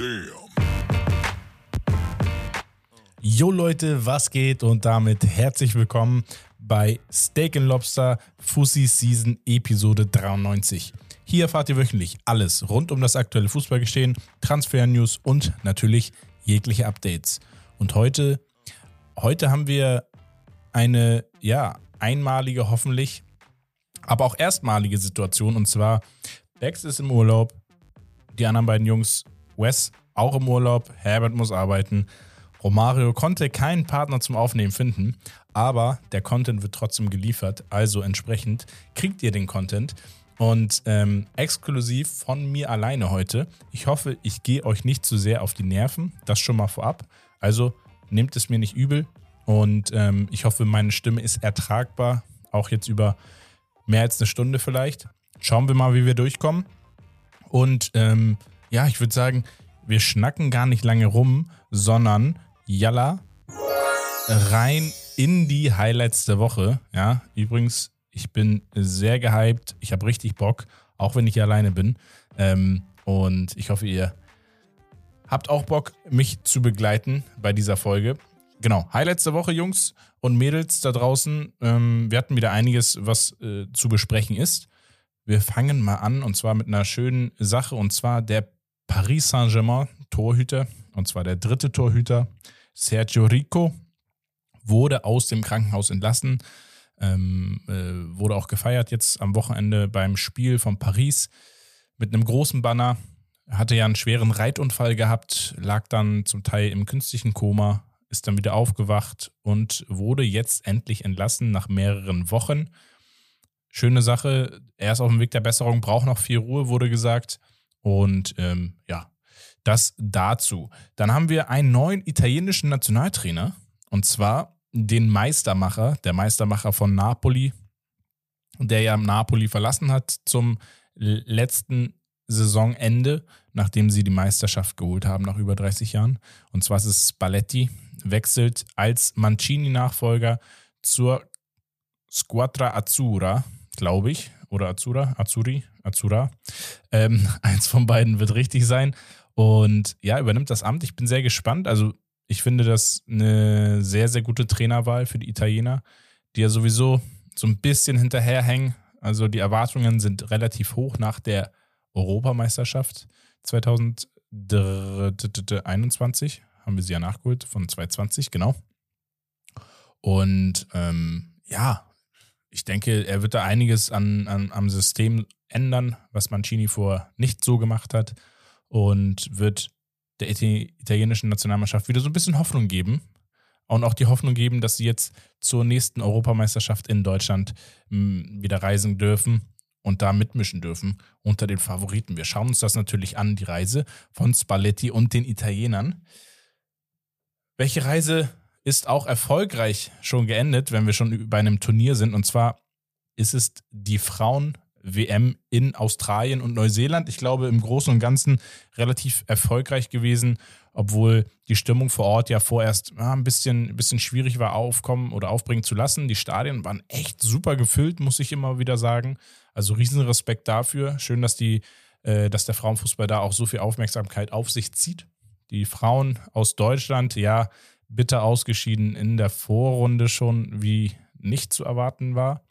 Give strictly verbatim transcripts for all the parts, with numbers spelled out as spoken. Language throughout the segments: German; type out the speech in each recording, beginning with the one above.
Damn. Jo Leute, was geht und damit herzlich willkommen bei Steak and Lobster Fussi Season Episode dreiundneunzig. Hier erfahrt ihr wöchentlich alles rund um das aktuelle Fußballgeschehen, Transfer-News und natürlich jegliche Updates. Und heute, heute haben wir eine, ja, einmalige hoffentlich, aber auch erstmalige Situation, und zwar Bex ist im Urlaub, die anderen beiden Jungs, Wes auch im Urlaub, Herbert muss arbeiten, Romario konnte keinen Partner zum Aufnehmen finden, aber der Content wird trotzdem geliefert, also entsprechend kriegt ihr den Content und ähm, exklusiv von mir alleine heute. Ich hoffe, ich gehe euch nicht zu sehr auf die Nerven, das schon mal vorab, also nehmt es mir nicht übel und ähm, ich hoffe, meine Stimme ist ertragbar, auch jetzt über mehr als eine Stunde vielleicht. Schauen wir mal, wie wir durchkommen. Und ähm, ja, ich würde sagen, wir schnacken gar nicht lange rum, sondern yalla, rein in die Highlights der Woche. Ja, übrigens, ich bin sehr gehypt, ich habe richtig Bock, auch wenn ich hier alleine bin. Ähm, und ich hoffe, ihr habt auch Bock, mich zu begleiten bei dieser Folge. Genau, Highlights der Woche, Jungs und Mädels da draußen. Ähm, wir hatten wieder einiges, was äh, zu besprechen ist. Wir fangen mal an und zwar mit einer schönen Sache und zwar der Paris Saint-Germain Torhüter und zwar der dritte Torhüter Sergio Rico wurde aus dem Krankenhaus entlassen, ähm, äh, wurde auch gefeiert jetzt am Wochenende beim Spiel von Paris mit einem großen Banner. Hatte ja einen schweren Reitunfall gehabt, lag dann zum Teil im künstlichen Koma, ist dann wieder aufgewacht und wurde jetzt endlich entlassen nach mehreren Wochen. Schöne Sache, er ist auf dem Weg der Besserung, braucht noch viel Ruhe, wurde gesagt. Und ähm, ja, das dazu. Dann haben wir einen neuen italienischen Nationaltrainer und zwar den Meistermacher, der Meistermacher von Napoli, der ja Napoli verlassen hat zum letzten Saisonende, nachdem sie die Meisterschaft geholt haben nach über dreißig Jahren. Und zwar ist es Spalletti, wechselt als Mancini-Nachfolger zur Squadra Azzurra, glaube ich, oder Azzurra, Azzurri, Azzurra. Ähm, eins von beiden wird richtig sein. Und ja, übernimmt das Amt. Ich bin sehr gespannt. Also ich finde das eine sehr, sehr gute Trainerwahl für die Italiener, die ja sowieso so ein bisschen hinterherhängen. Also die Erwartungen sind relativ hoch nach der Europameisterschaft zwanzig einundzwanzig. Haben wir sie ja nachgeholt, von zwanzig zwanzig, genau. Und ähm, ja, ich denke, er wird da einiges an, an, am System ändern, was Mancini vorher nicht so gemacht hat und wird der italienischen Nationalmannschaft wieder so ein bisschen Hoffnung geben und auch die Hoffnung geben, dass sie jetzt zur nächsten Europameisterschaft in Deutschland mh, wieder reisen dürfen und da mitmischen dürfen unter den Favoriten. Wir schauen uns das natürlich an, die Reise von Spalletti und den Italienern. Welche Reise ist auch erfolgreich schon geendet, wenn wir schon bei einem Turnier sind. Und zwar ist es die Frauen-W M in Australien und Neuseeland. Ich glaube, im Großen und Ganzen relativ erfolgreich gewesen, obwohl die Stimmung vor Ort ja vorerst ja, ein bisschen, ein bisschen schwierig war, aufkommen oder aufbringen zu lassen. Die Stadien waren echt super gefüllt, muss ich immer wieder sagen. Also riesen Respekt dafür. Schön, dass, die, äh, dass der Frauenfußball da auch so viel Aufmerksamkeit auf sich zieht. Die Frauen aus Deutschland, ja, bitter ausgeschieden in der Vorrunde schon, wie nicht zu erwarten war.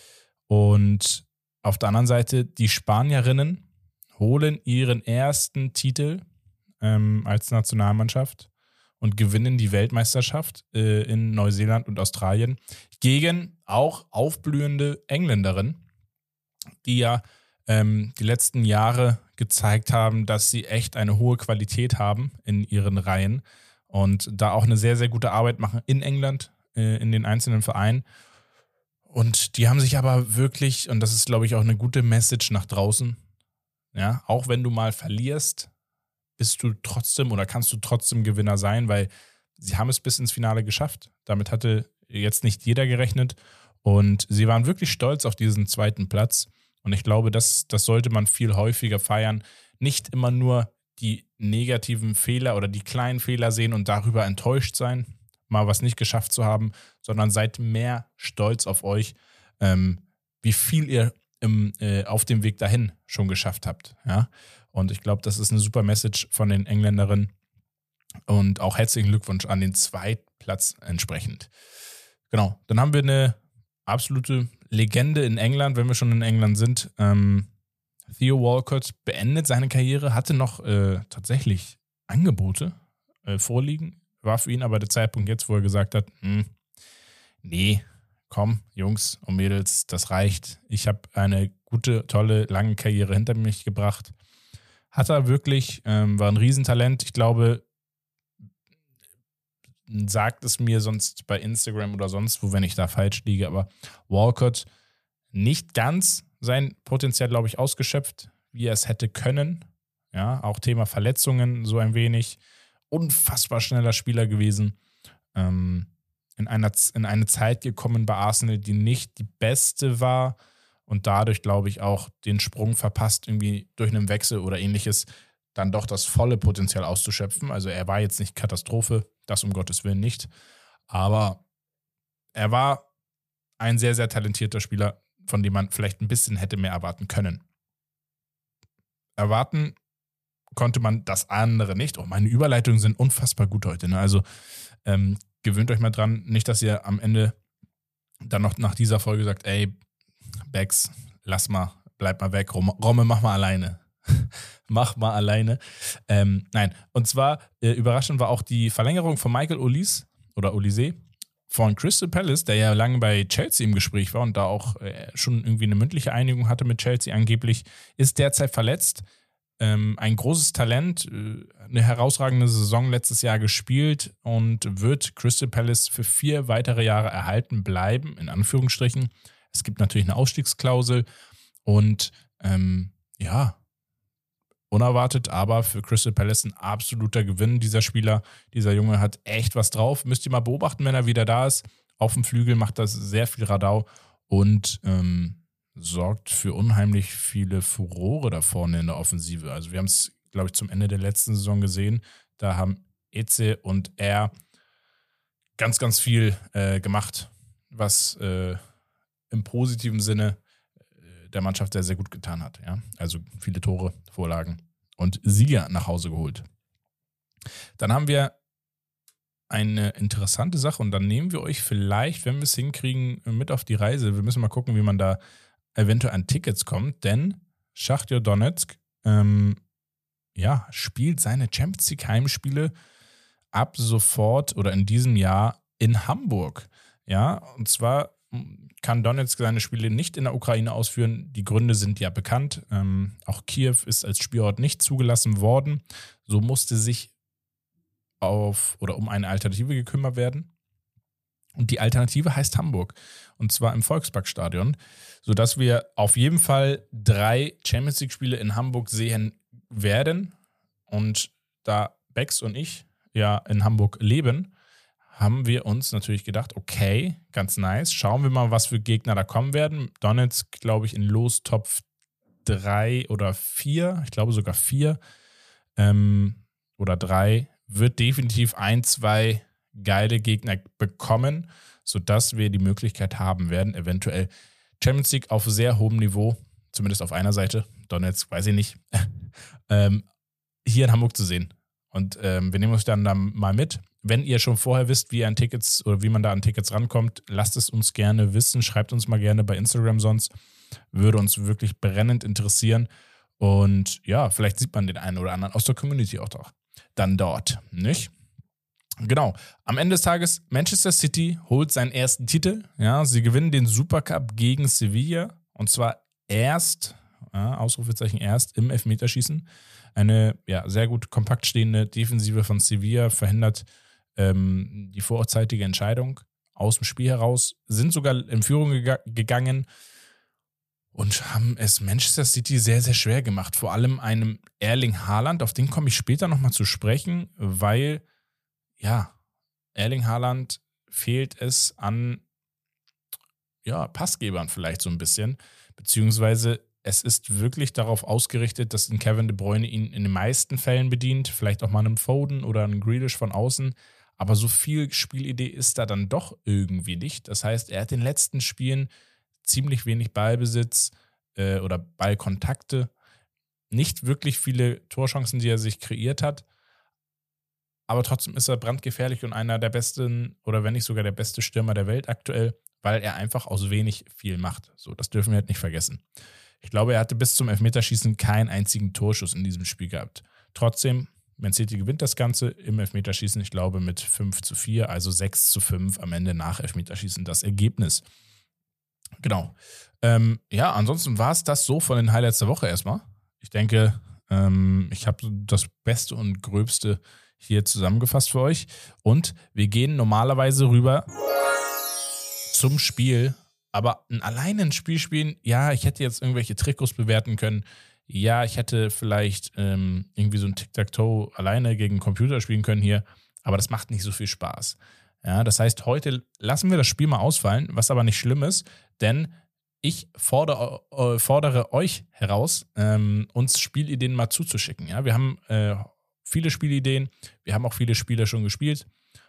Und auf der anderen Seite, die Spanierinnen holen ihren ersten Titel ähm, als Nationalmannschaft und gewinnen die Weltmeisterschaft äh, in Neuseeland und Australien gegen auch aufblühende Engländerinnen, die ja ähm, die letzten Jahre gezeigt haben, dass sie echt eine hohe Qualität haben in ihren Reihen und da auch eine sehr, sehr gute Arbeit machen in England, äh, in den einzelnen Vereinen. Und die haben sich aber wirklich, und das ist, glaube ich, auch eine gute Message nach draußen, ja, auch wenn du mal verlierst, bist du trotzdem oder kannst du trotzdem Gewinner sein, weil sie haben es bis ins Finale geschafft. Damit hatte jetzt nicht jeder gerechnet und sie waren wirklich stolz auf diesen zweiten Platz. Und ich glaube, das, das sollte man viel häufiger feiern. Nicht immer nur die negativen Fehler oder die kleinen Fehler sehen und darüber enttäuscht sein, mal was nicht geschafft zu haben, sondern seid mehr stolz auf euch, ähm, wie viel ihr im, äh, auf dem Weg dahin schon geschafft habt. Ja? Und ich glaube, das ist eine super Message von den Engländerinnen. Und auch herzlichen Glückwunsch an den Zweitplatz entsprechend. Genau, dann haben wir eine absolute Legende in England, wenn wir schon in England sind. Ähm, Theo Walcott beendet seine Karriere, hatte noch äh, tatsächlich Angebote äh, vorliegen. War für ihn aber der Zeitpunkt jetzt, wo er gesagt hat, hm, nee, komm, Jungs und Mädels, das reicht. Ich habe eine gute, tolle, lange Karriere hinter mich gebracht. Hat er wirklich, ähm, war ein Riesentalent. Ich glaube, sagt es mir sonst bei Instagram oder sonst wo, wenn ich da falsch liege, aber Walcott nicht ganz sein Potenzial, glaube ich, ausgeschöpft, wie er es hätte können. Ja, auch Thema Verletzungen so ein wenig. Unfassbar schneller Spieler gewesen. Ähm, in, einer, in eine Zeit gekommen bei Arsenal, die nicht die beste war und dadurch, glaube ich, auch den Sprung verpasst, irgendwie durch einen Wechsel oder ähnliches, dann doch das volle Potenzial auszuschöpfen. Also er war jetzt nicht Katastrophe, das um Gottes Willen nicht. Aber er war ein sehr, sehr talentierter Spieler, von dem man vielleicht ein bisschen hätte mehr erwarten können. Erwarten konnte man das andere nicht. Oh, meine Überleitungen sind unfassbar gut heute. Ne? Also ähm, gewöhnt euch mal dran, nicht, dass ihr am Ende dann noch nach dieser Folge sagt, ey, Bex, lass mal, bleib mal weg, Romme, mach mal alleine. Mach mal alleine. Ähm, nein, und zwar äh, überraschend war auch die Verlängerung von Michael Olise oder Olise von Crystal Palace, der ja lange bei Chelsea im Gespräch war und da auch äh, schon irgendwie eine mündliche Einigung hatte mit Chelsea angeblich, ist derzeit verletzt. Ähm, ein großes Talent, äh, eine herausragende Saison letztes Jahr gespielt und wird Crystal Palace für vier weitere Jahre erhalten bleiben, in Anführungsstrichen. Es gibt natürlich eine Ausstiegsklausel und ähm, ja, unerwartet, aber für Crystal Palace ein absoluter Gewinn. Dieser Spieler, dieser Junge hat echt was drauf. Müsst ihr mal beobachten, wenn er wieder da ist. Auf dem Flügel macht das sehr viel Radau und ähm, sorgt für unheimlich viele Furore da vorne in der Offensive. Also wir haben es, glaube ich, zum Ende der letzten Saison gesehen. Da haben Eze und er ganz, ganz viel äh, gemacht, was äh, im positiven Sinne der Mannschaft sehr, sehr gut getan hat. Ja? Also viele Tore, Vorlagen und Sieger nach Hause geholt. Dann haben wir eine interessante Sache und dann nehmen wir euch vielleicht, wenn wir es hinkriegen, mit auf die Reise. Wir müssen mal gucken, wie man da eventuell an Tickets kommt, denn Schachtar Donetsk ähm, ja, spielt seine Champions League Heimspiele ab sofort oder in diesem Jahr in Hamburg. Ja, und zwar kann Donetsk seine Spiele nicht in der Ukraine ausführen. Die Gründe sind ja bekannt. Ähm, auch Kiew ist als Spielort nicht zugelassen worden. So musste sich auf oder um eine Alternative gekümmert werden. Und die Alternative heißt Hamburg. Und zwar im Volksparkstadion, sodass wir auf jeden Fall drei Champions League-Spiele in Hamburg sehen werden. Und da Bex und ich ja in Hamburg leben, haben wir uns natürlich gedacht, okay, ganz nice, schauen wir mal, was für Gegner da kommen werden. Donetsk, glaube ich, in Lostopf drei oder vier, ich glaube sogar vier ähm, oder drei, wird definitiv ein, zwei geile Gegner bekommen, sodass wir die Möglichkeit haben werden, eventuell Champions League auf sehr hohem Niveau, zumindest auf einer Seite, Donetsk, weiß ich nicht, ähm, hier in Hamburg zu sehen. Und ähm, wir nehmen uns dann, dann mal mit. Wenn ihr schon vorher wisst, wie ihr an Tickets oder wie man da an Tickets rankommt, lasst es uns gerne wissen. Schreibt uns mal gerne bei Instagram sonst. Würde uns wirklich brennend interessieren. Und ja, vielleicht sieht man den einen oder anderen aus der Community auch doch dann dort, nicht? Genau. Am Ende des Tages, Manchester City holt seinen ersten Titel. Ja, sie gewinnen den Supercup gegen Sevilla. Und zwar erst, ja, Ausrufezeichen erst, im Elfmeterschießen. Eine ja, sehr gut kompakt stehende Defensive von Sevilla verhindert ähm, die vorzeitige Entscheidung aus dem Spiel heraus, sind sogar in Führung geg- gegangen und haben es Manchester City sehr, sehr schwer gemacht. Vor allem einem Erling Haaland, auf den komme ich später nochmal zu sprechen, weil, ja, Erling Haaland fehlt es an ja, Passgebern vielleicht so ein bisschen, beziehungsweise es ist wirklich darauf ausgerichtet, dass ein Kevin De Bruyne ihn in den meisten Fällen bedient, vielleicht auch mal einen Foden oder einen Grealish von außen, aber so viel Spielidee ist da dann doch irgendwie nicht. Das heißt, er hat in den letzten Spielen ziemlich wenig Ballbesitz äh, oder Ballkontakte nicht wirklich viele Torchancen, die er sich kreiert hat. Aber trotzdem ist er brandgefährlich und einer der besten oder wenn nicht sogar der beste Stürmer der Welt aktuell, weil er einfach aus wenig viel macht. So, das dürfen wir halt nicht vergessen. Ich glaube, er hatte bis zum Elfmeterschießen keinen einzigen Torschuss in diesem Spiel gehabt. Trotzdem, Man City gewinnt das Ganze im Elfmeterschießen, ich glaube mit fünf zu vier, also sechs zu fünf am Ende nach Elfmeterschießen das Ergebnis. Genau. Ähm, ja, ansonsten war es das so von den Highlights der Woche erstmal. Ich denke, ähm, ich habe das Beste und Gröbste hier zusammengefasst für euch. Und wir gehen normalerweise rüber zum Spiel. Aber ein alleine ein Spiel spielen, ja, ich hätte jetzt irgendwelche Trikots bewerten können. Ja, ich hätte vielleicht ähm, irgendwie so ein Tic-Tac-Toe alleine gegen den Computer spielen können hier. Aber das macht nicht so viel Spaß. Ja, das heißt, heute lassen wir das Spiel mal ausfallen, was aber nicht schlimm ist, denn ich fordere, äh, fordere euch heraus, ähm, uns Spielideen mal zuzuschicken. Ja, wir haben äh, viele Spielideen, wir haben auch viele Spiele schon gespielt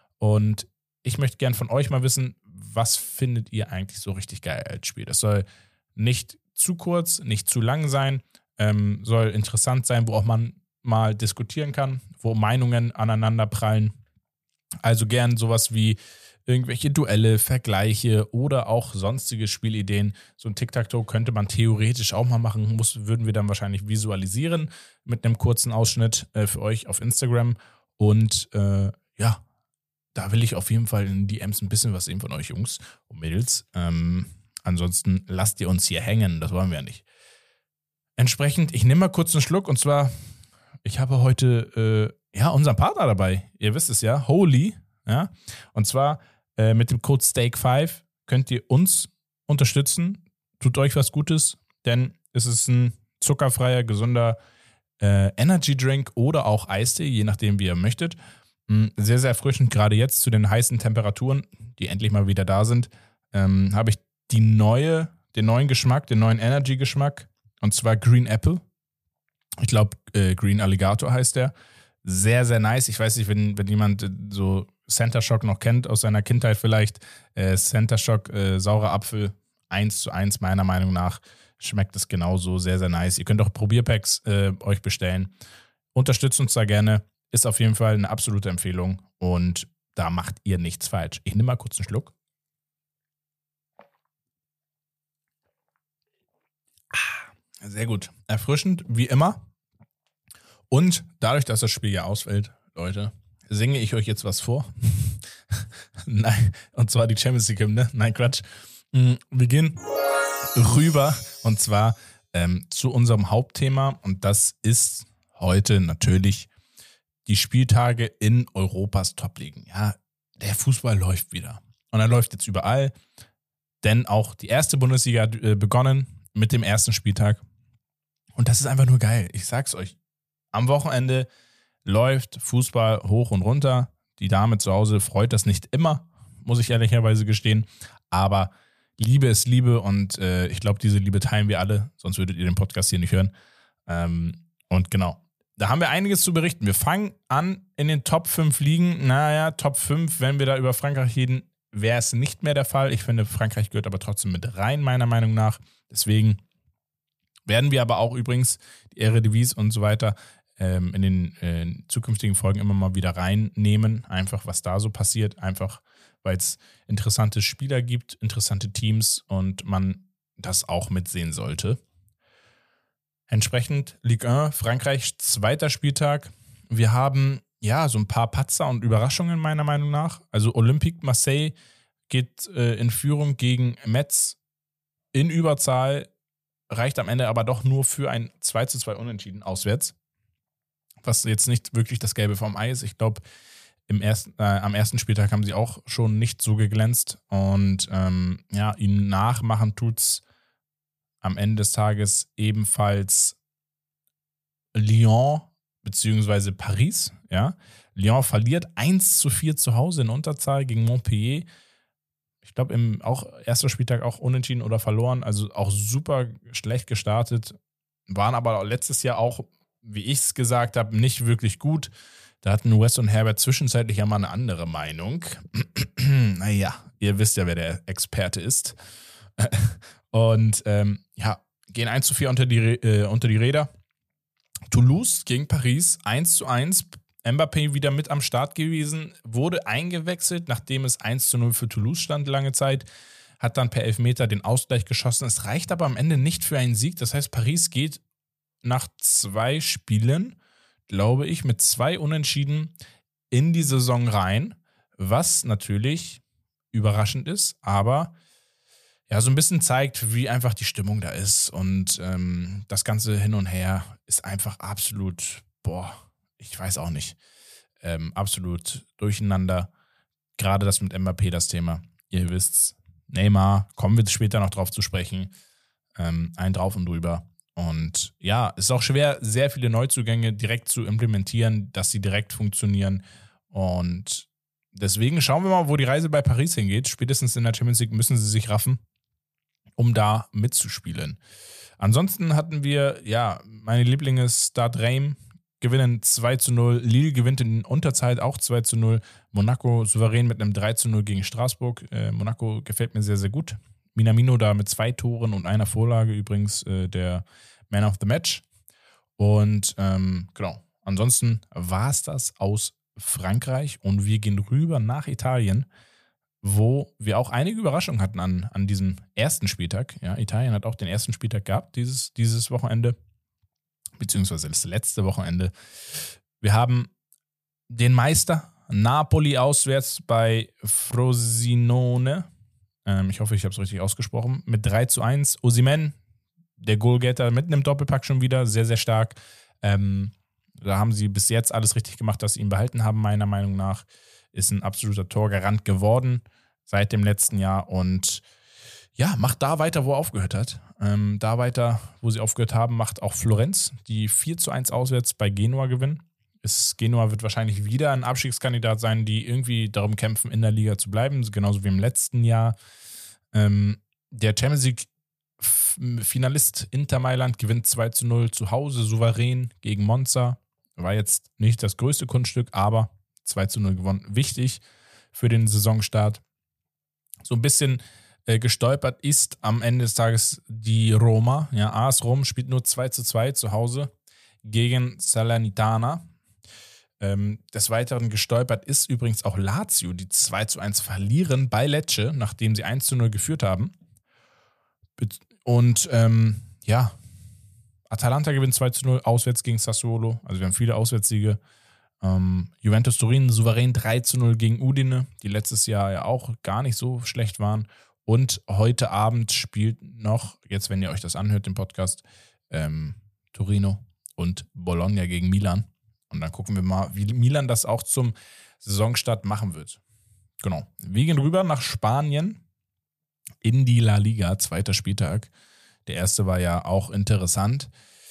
und ich möchte gern von euch mal wissen, was findet ihr eigentlich so richtig geil als Spiel? Das soll nicht zu kurz, nicht zu lang sein, ähm, soll interessant sein, wo auch man mal diskutieren kann, wo Meinungen aneinander prallen. Also gern sowas wie irgendwelche Duelle, Vergleiche oder auch sonstige Spielideen. So ein Tic-Tac-Toe könnte man theoretisch auch mal machen, muss, würden wir dann wahrscheinlich visualisieren mit einem kurzen Ausschnitt äh, für euch auf Instagram. Und äh, ja, da will ich auf jeden Fall in die D Ms ein bisschen was sehen von euch Jungs und Mädels. Ähm, ansonsten lasst ihr uns hier hängen, das wollen wir ja nicht. Entsprechend, ich nehme mal kurz einen Schluck und zwar, ich habe heute äh, ja unseren Partner dabei. Ihr wisst es ja, Holy. Ja? Und zwar äh, mit dem Code Steak fünf könnt ihr uns unterstützen. Tut euch was Gutes, denn es ist ein zuckerfreier, gesunder äh, Energy Drink oder auch Eistee, je nachdem, wie ihr möchtet. Sehr, sehr erfrischend, gerade jetzt zu den heißen Temperaturen, die endlich mal wieder da sind, ähm, habe ich die neue, den neuen Geschmack, den neuen Energy-Geschmack, und zwar Green Apple. Ich glaube, äh, Green Alligator heißt der. Sehr, sehr nice. Ich weiß nicht, wenn, wenn jemand so Center Shock noch kennt aus seiner Kindheit vielleicht. Äh, Center Shock, äh, saurer Apfel, eins zu eins meiner Meinung nach. Schmeckt es genauso, sehr, sehr nice. Ihr könnt auch Probierpacks äh, euch bestellen. Unterstützt uns da gerne. Ist auf jeden Fall eine absolute Empfehlung und da macht ihr nichts falsch. Ich nehme mal kurz einen Schluck. Ah, sehr gut. Erfrischend, wie immer. Und dadurch, dass das Spiel ja ausfällt, Leute, singe ich euch jetzt was vor. Nein, und zwar die Champions League-Hymne. Nein, Quatsch. Wir gehen rüber und zwar ähm, zu unserem Hauptthema und das ist heute natürlich die Spieltage in Europas Top-Ligen. Ja, der Fußball läuft wieder. Und er läuft jetzt überall, denn auch die erste Bundesliga hat äh, begonnen mit dem ersten Spieltag. Und das ist einfach nur geil. Ich sag's euch. Am Wochenende läuft Fußball hoch und runter. Die Dame zu Hause freut das nicht immer, muss ich ehrlicherweise gestehen. Aber Liebe ist Liebe und äh, ich glaube, diese Liebe teilen wir alle, sonst würdet ihr den Podcast hier nicht hören. Ähm, und genau. Da haben wir einiges zu berichten. Wir fangen an in den Top fünf Ligen. Naja, Top fünf, wenn wir da über Frankreich reden, wäre es nicht mehr der Fall. Ich finde, Frankreich gehört aber trotzdem mit rein, meiner Meinung nach. Deswegen werden wir aber auch übrigens die Eredivisie und so weiter ähm, in den äh, zukünftigen Folgen immer mal wieder reinnehmen. Einfach, was da so passiert. Einfach, weil es interessante Spieler gibt, interessante Teams und man das auch mitsehen sollte. Entsprechend Ligue eins, Frankreich, zweiter Spieltag. Wir haben ja so ein paar Patzer und Überraschungen meiner Meinung nach. Also Olympique Marseille geht äh, in Führung gegen Metz in Überzahl, reicht am Ende aber doch nur für ein zwei zu zwei Unentschieden auswärts. Was jetzt nicht wirklich das Gelbe vom Ei ist. Ich glaube, im ersten, äh, am ersten Spieltag haben sie auch schon nicht so geglänzt. Und ähm, ja, ihnen nachmachen tut's am Ende des Tages ebenfalls Lyon bzw. Paris. Ja. Lyon verliert eins zu vier zu Hause in Unterzahl gegen Montpellier. Ich glaube, im auch erster Spieltag auch unentschieden oder verloren. Also auch super schlecht gestartet. Waren aber letztes Jahr auch, wie ich es gesagt habe, nicht wirklich gut. Da hatten Wes und Herbert zwischenzeitlich ja mal eine andere Meinung. Naja, ihr wisst ja, wer der Experte ist. Und ähm, ja, gehen eins zu vier unter die, äh, unter die Räder. Toulouse gegen Paris, eins zu eins. Mbappé wieder mit am Start gewesen, wurde eingewechselt, nachdem es eins zu null für Toulouse stand lange Zeit, hat dann per Elfmeter den Ausgleich geschossen. Es reicht aber am Ende nicht für einen Sieg. Das heißt, Paris geht nach zwei Spielen, glaube ich, mit zwei Unentschieden in die Saison rein, was natürlich überraschend ist, aber ja, so ein bisschen zeigt, wie einfach die Stimmung da ist. Und ähm, das Ganze hin und her ist einfach absolut, boah, ich weiß auch nicht, ähm, absolut durcheinander. Gerade das mit Mbappé, das Thema. Ihr wisst's, Neymar, kommen wir später noch drauf zu sprechen. Ähm, ein drauf und drüber. Und ja, es ist auch schwer, sehr viele Neuzugänge direkt zu implementieren, dass sie direkt funktionieren. Und deswegen schauen wir mal, wo die Reise bei Paris hingeht. Spätestens in der Champions League müssen sie sich raffen, um da mitzuspielen. Ansonsten hatten wir, ja, meine Lieblinge Stade Reims gewinnen zwei zu null. Lille gewinnt in Unterzeit auch zwei zu null. Monaco souverän mit einem drei zu null gegen Straßburg. Äh, Monaco gefällt mir sehr, sehr gut. Minamino da mit zwei Toren und einer Vorlage, übrigens äh, der Man of the Match. Und ähm, genau, ansonsten war es das aus Frankreich und wir gehen rüber nach Italien, wo wir auch einige Überraschungen hatten an, an diesem ersten Spieltag. Ja, Italien hat auch den ersten Spieltag gehabt, dieses, dieses Wochenende, beziehungsweise das letzte Wochenende. Wir haben den Meister Napoli auswärts bei Frosinone. Ähm, ich hoffe, ich habe es richtig ausgesprochen. Mit drei zu eins. Osimhen, der Goalgetter, mit einem Doppelpack schon wieder. Sehr, sehr stark. Ähm, da haben sie bis jetzt alles richtig gemacht, dass sie ihn behalten haben, meiner Meinung nach. Ist ein absoluter Torgarant geworden seit dem letzten Jahr. Und ja, macht da weiter, wo er aufgehört hat. Ähm, da weiter, wo sie aufgehört haben, macht auch Florenz, die vier zu eins auswärts bei Genua gewinnen. Ist, Genua wird wahrscheinlich wieder ein Abstiegskandidat sein, die irgendwie darum kämpfen, in der Liga zu bleiben, genauso wie im letzten Jahr. Ähm, der Champions League-Finalist Inter Mailand gewinnt zwei zu null zu Hause, souverän gegen Monza. War jetzt nicht das größte Kunststück, aber zwei zu null gewonnen. Wichtig für den Saisonstart. So ein bisschen äh, gestolpert ist am Ende des Tages die Roma. Ja, A S Rom spielt nur zwei zu zwei zu Hause gegen Salernitana. Ähm, des Weiteren gestolpert ist übrigens auch Lazio, die zwei zu eins verlieren bei Lecce, nachdem sie eins zu null geführt haben. Und ähm, ja, Atalanta gewinnt zwei zu null auswärts gegen Sassuolo. Also wir haben viele Auswärtssiege. Ähm, Juventus Turin souverän drei zu null gegen Udine, die letztes Jahr ja auch gar nicht so schlecht waren. Und heute Abend spielt noch, jetzt wenn ihr euch das anhört, den Podcast, ähm, Torino und Bologna gegen Milan. Und dann gucken wir mal, wie Milan das auch zum Saisonstart machen wird. Genau. Wir gehen rüber nach Spanien in die La Liga, zweiter Spieltag. Der erste war ja auch interessant.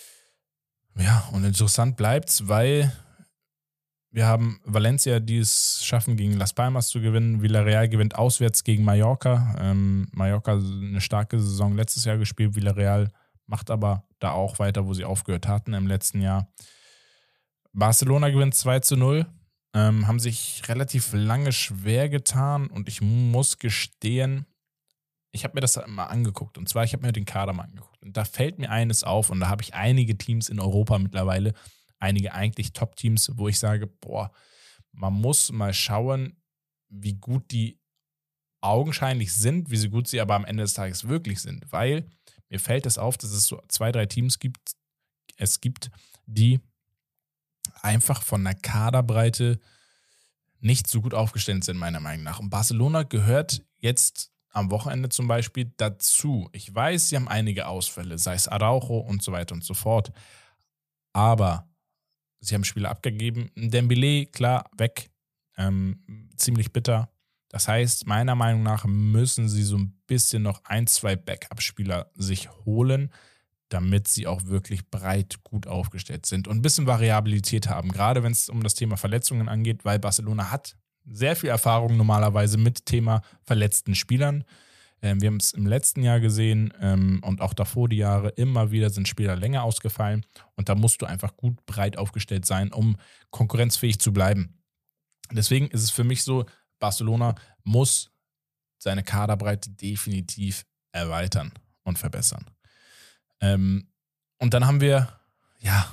Ja, und interessant bleibt's, weil wir haben Valencia, die es schaffen, gegen Las Palmas zu gewinnen. Villarreal gewinnt auswärts gegen Mallorca. Ähm, Mallorca eine starke Saison letztes Jahr gespielt. Villarreal macht aber da auch weiter, wo sie aufgehört hatten im letzten Jahr. Barcelona gewinnt zwei zu null. Ähm, haben sich relativ lange schwer getan und ich muss gestehen, ich habe mir das mal angeguckt und zwar, ich habe mir den Kader mal angeguckt und da fällt mir eines auf und da habe ich einige Teams in Europa mittlerweile, einige eigentlich Top-Teams, wo ich sage, boah, man muss mal schauen, wie gut die augenscheinlich sind, wie so gut sie aber am Ende des Tages wirklich sind, weil mir fällt es auf, dass es so zwei, drei Teams gibt, es gibt, die einfach von der Kaderbreite nicht so gut aufgestellt sind, meiner Meinung nach. Und Barcelona gehört jetzt am Wochenende zum Beispiel dazu. Ich weiß, sie haben einige Ausfälle, sei es Araujo und so weiter und so fort. Aber sie haben Spieler abgegeben. Dembélé, klar, weg. Ähm, ziemlich bitter. Das heißt, meiner Meinung nach müssen sie so ein bisschen noch ein, zwei Backup-Spieler sich holen, damit sie auch wirklich breit gut aufgestellt sind und ein bisschen Variabilität haben, gerade wenn es um das Thema Verletzungen angeht, weil Barcelona hat sehr viel Erfahrung normalerweise mit Thema verletzten Spielern. Ähm, wir haben es im letzten Jahr gesehen ähm, und auch davor die Jahre, immer wieder sind Spieler länger ausgefallen und da musst du einfach gut breit aufgestellt sein, um konkurrenzfähig zu bleiben. Deswegen ist es für mich so, Barcelona muss seine Kaderbreite definitiv erweitern und verbessern. Ähm, und dann haben wir, ja,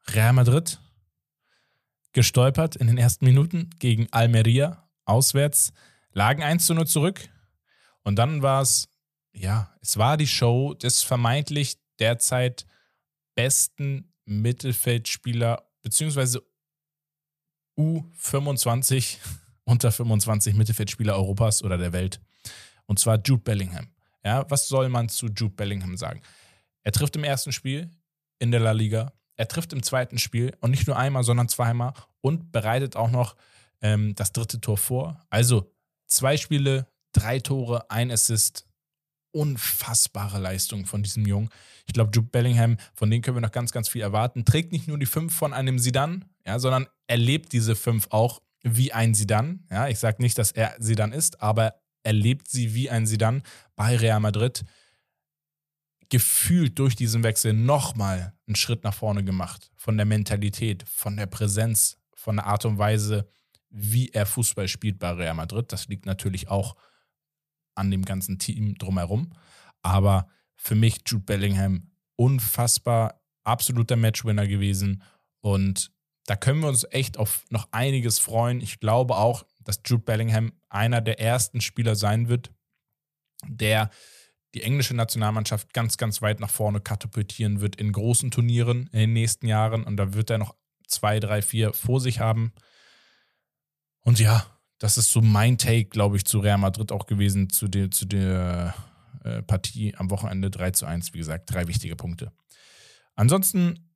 Real Madrid gestolpert in den ersten Minuten gegen Almeria auswärts, lagen eins zu null zurück und dann war es, ja, es war die Show des vermeintlich derzeit besten Mittelfeldspieler beziehungsweise U fünfundzwanzig, unter fünfundzwanzig Mittelfeldspieler Europas oder der Welt. Und zwar Jude Bellingham. Ja, was soll man zu Jude Bellingham sagen? Er trifft im ersten Spiel in der La Liga, er trifft im zweiten Spiel und nicht nur einmal, sondern zweimal und bereitet auch noch ähm, das dritte Tor vor. Also zwei Spiele, drei Tore, ein Assist. Unfassbare Leistung von diesem Jungen. Ich glaube, Jude Bellingham, von dem können wir noch ganz, ganz viel erwarten. Trägt nicht nur die fünf von einem Zidane, ja, sondern er lebt diese fünf auch wie ein Zidane. Ja, ich sage nicht, dass er Zidane ist, aber er lebt sie wie ein Zidane bei Real Madrid. Gefühlt durch diesen Wechsel nochmal einen Schritt nach vorne gemacht. Von der Mentalität, von der Präsenz, von der Art und Weise, wie er Fußball spielt bei Real Madrid. Das liegt natürlich auch an dem ganzen Team drumherum. Aber für mich Jude Bellingham unfassbar, absoluter Matchwinner gewesen. Und da können wir uns echt auf noch einiges freuen. Ich glaube auch, dass Jude Bellingham einer der ersten Spieler sein wird, der die englische Nationalmannschaft ganz, ganz weit nach vorne katapultieren wird in großen Turnieren in den nächsten Jahren. Und da wird er noch zwei, drei, vier vor sich haben. Und ja, das ist so mein Take, glaube ich, zu Real Madrid auch gewesen, zu der, zu der äh, Partie am Wochenende drei zu eins. Wie gesagt, drei wichtige Punkte. Ansonsten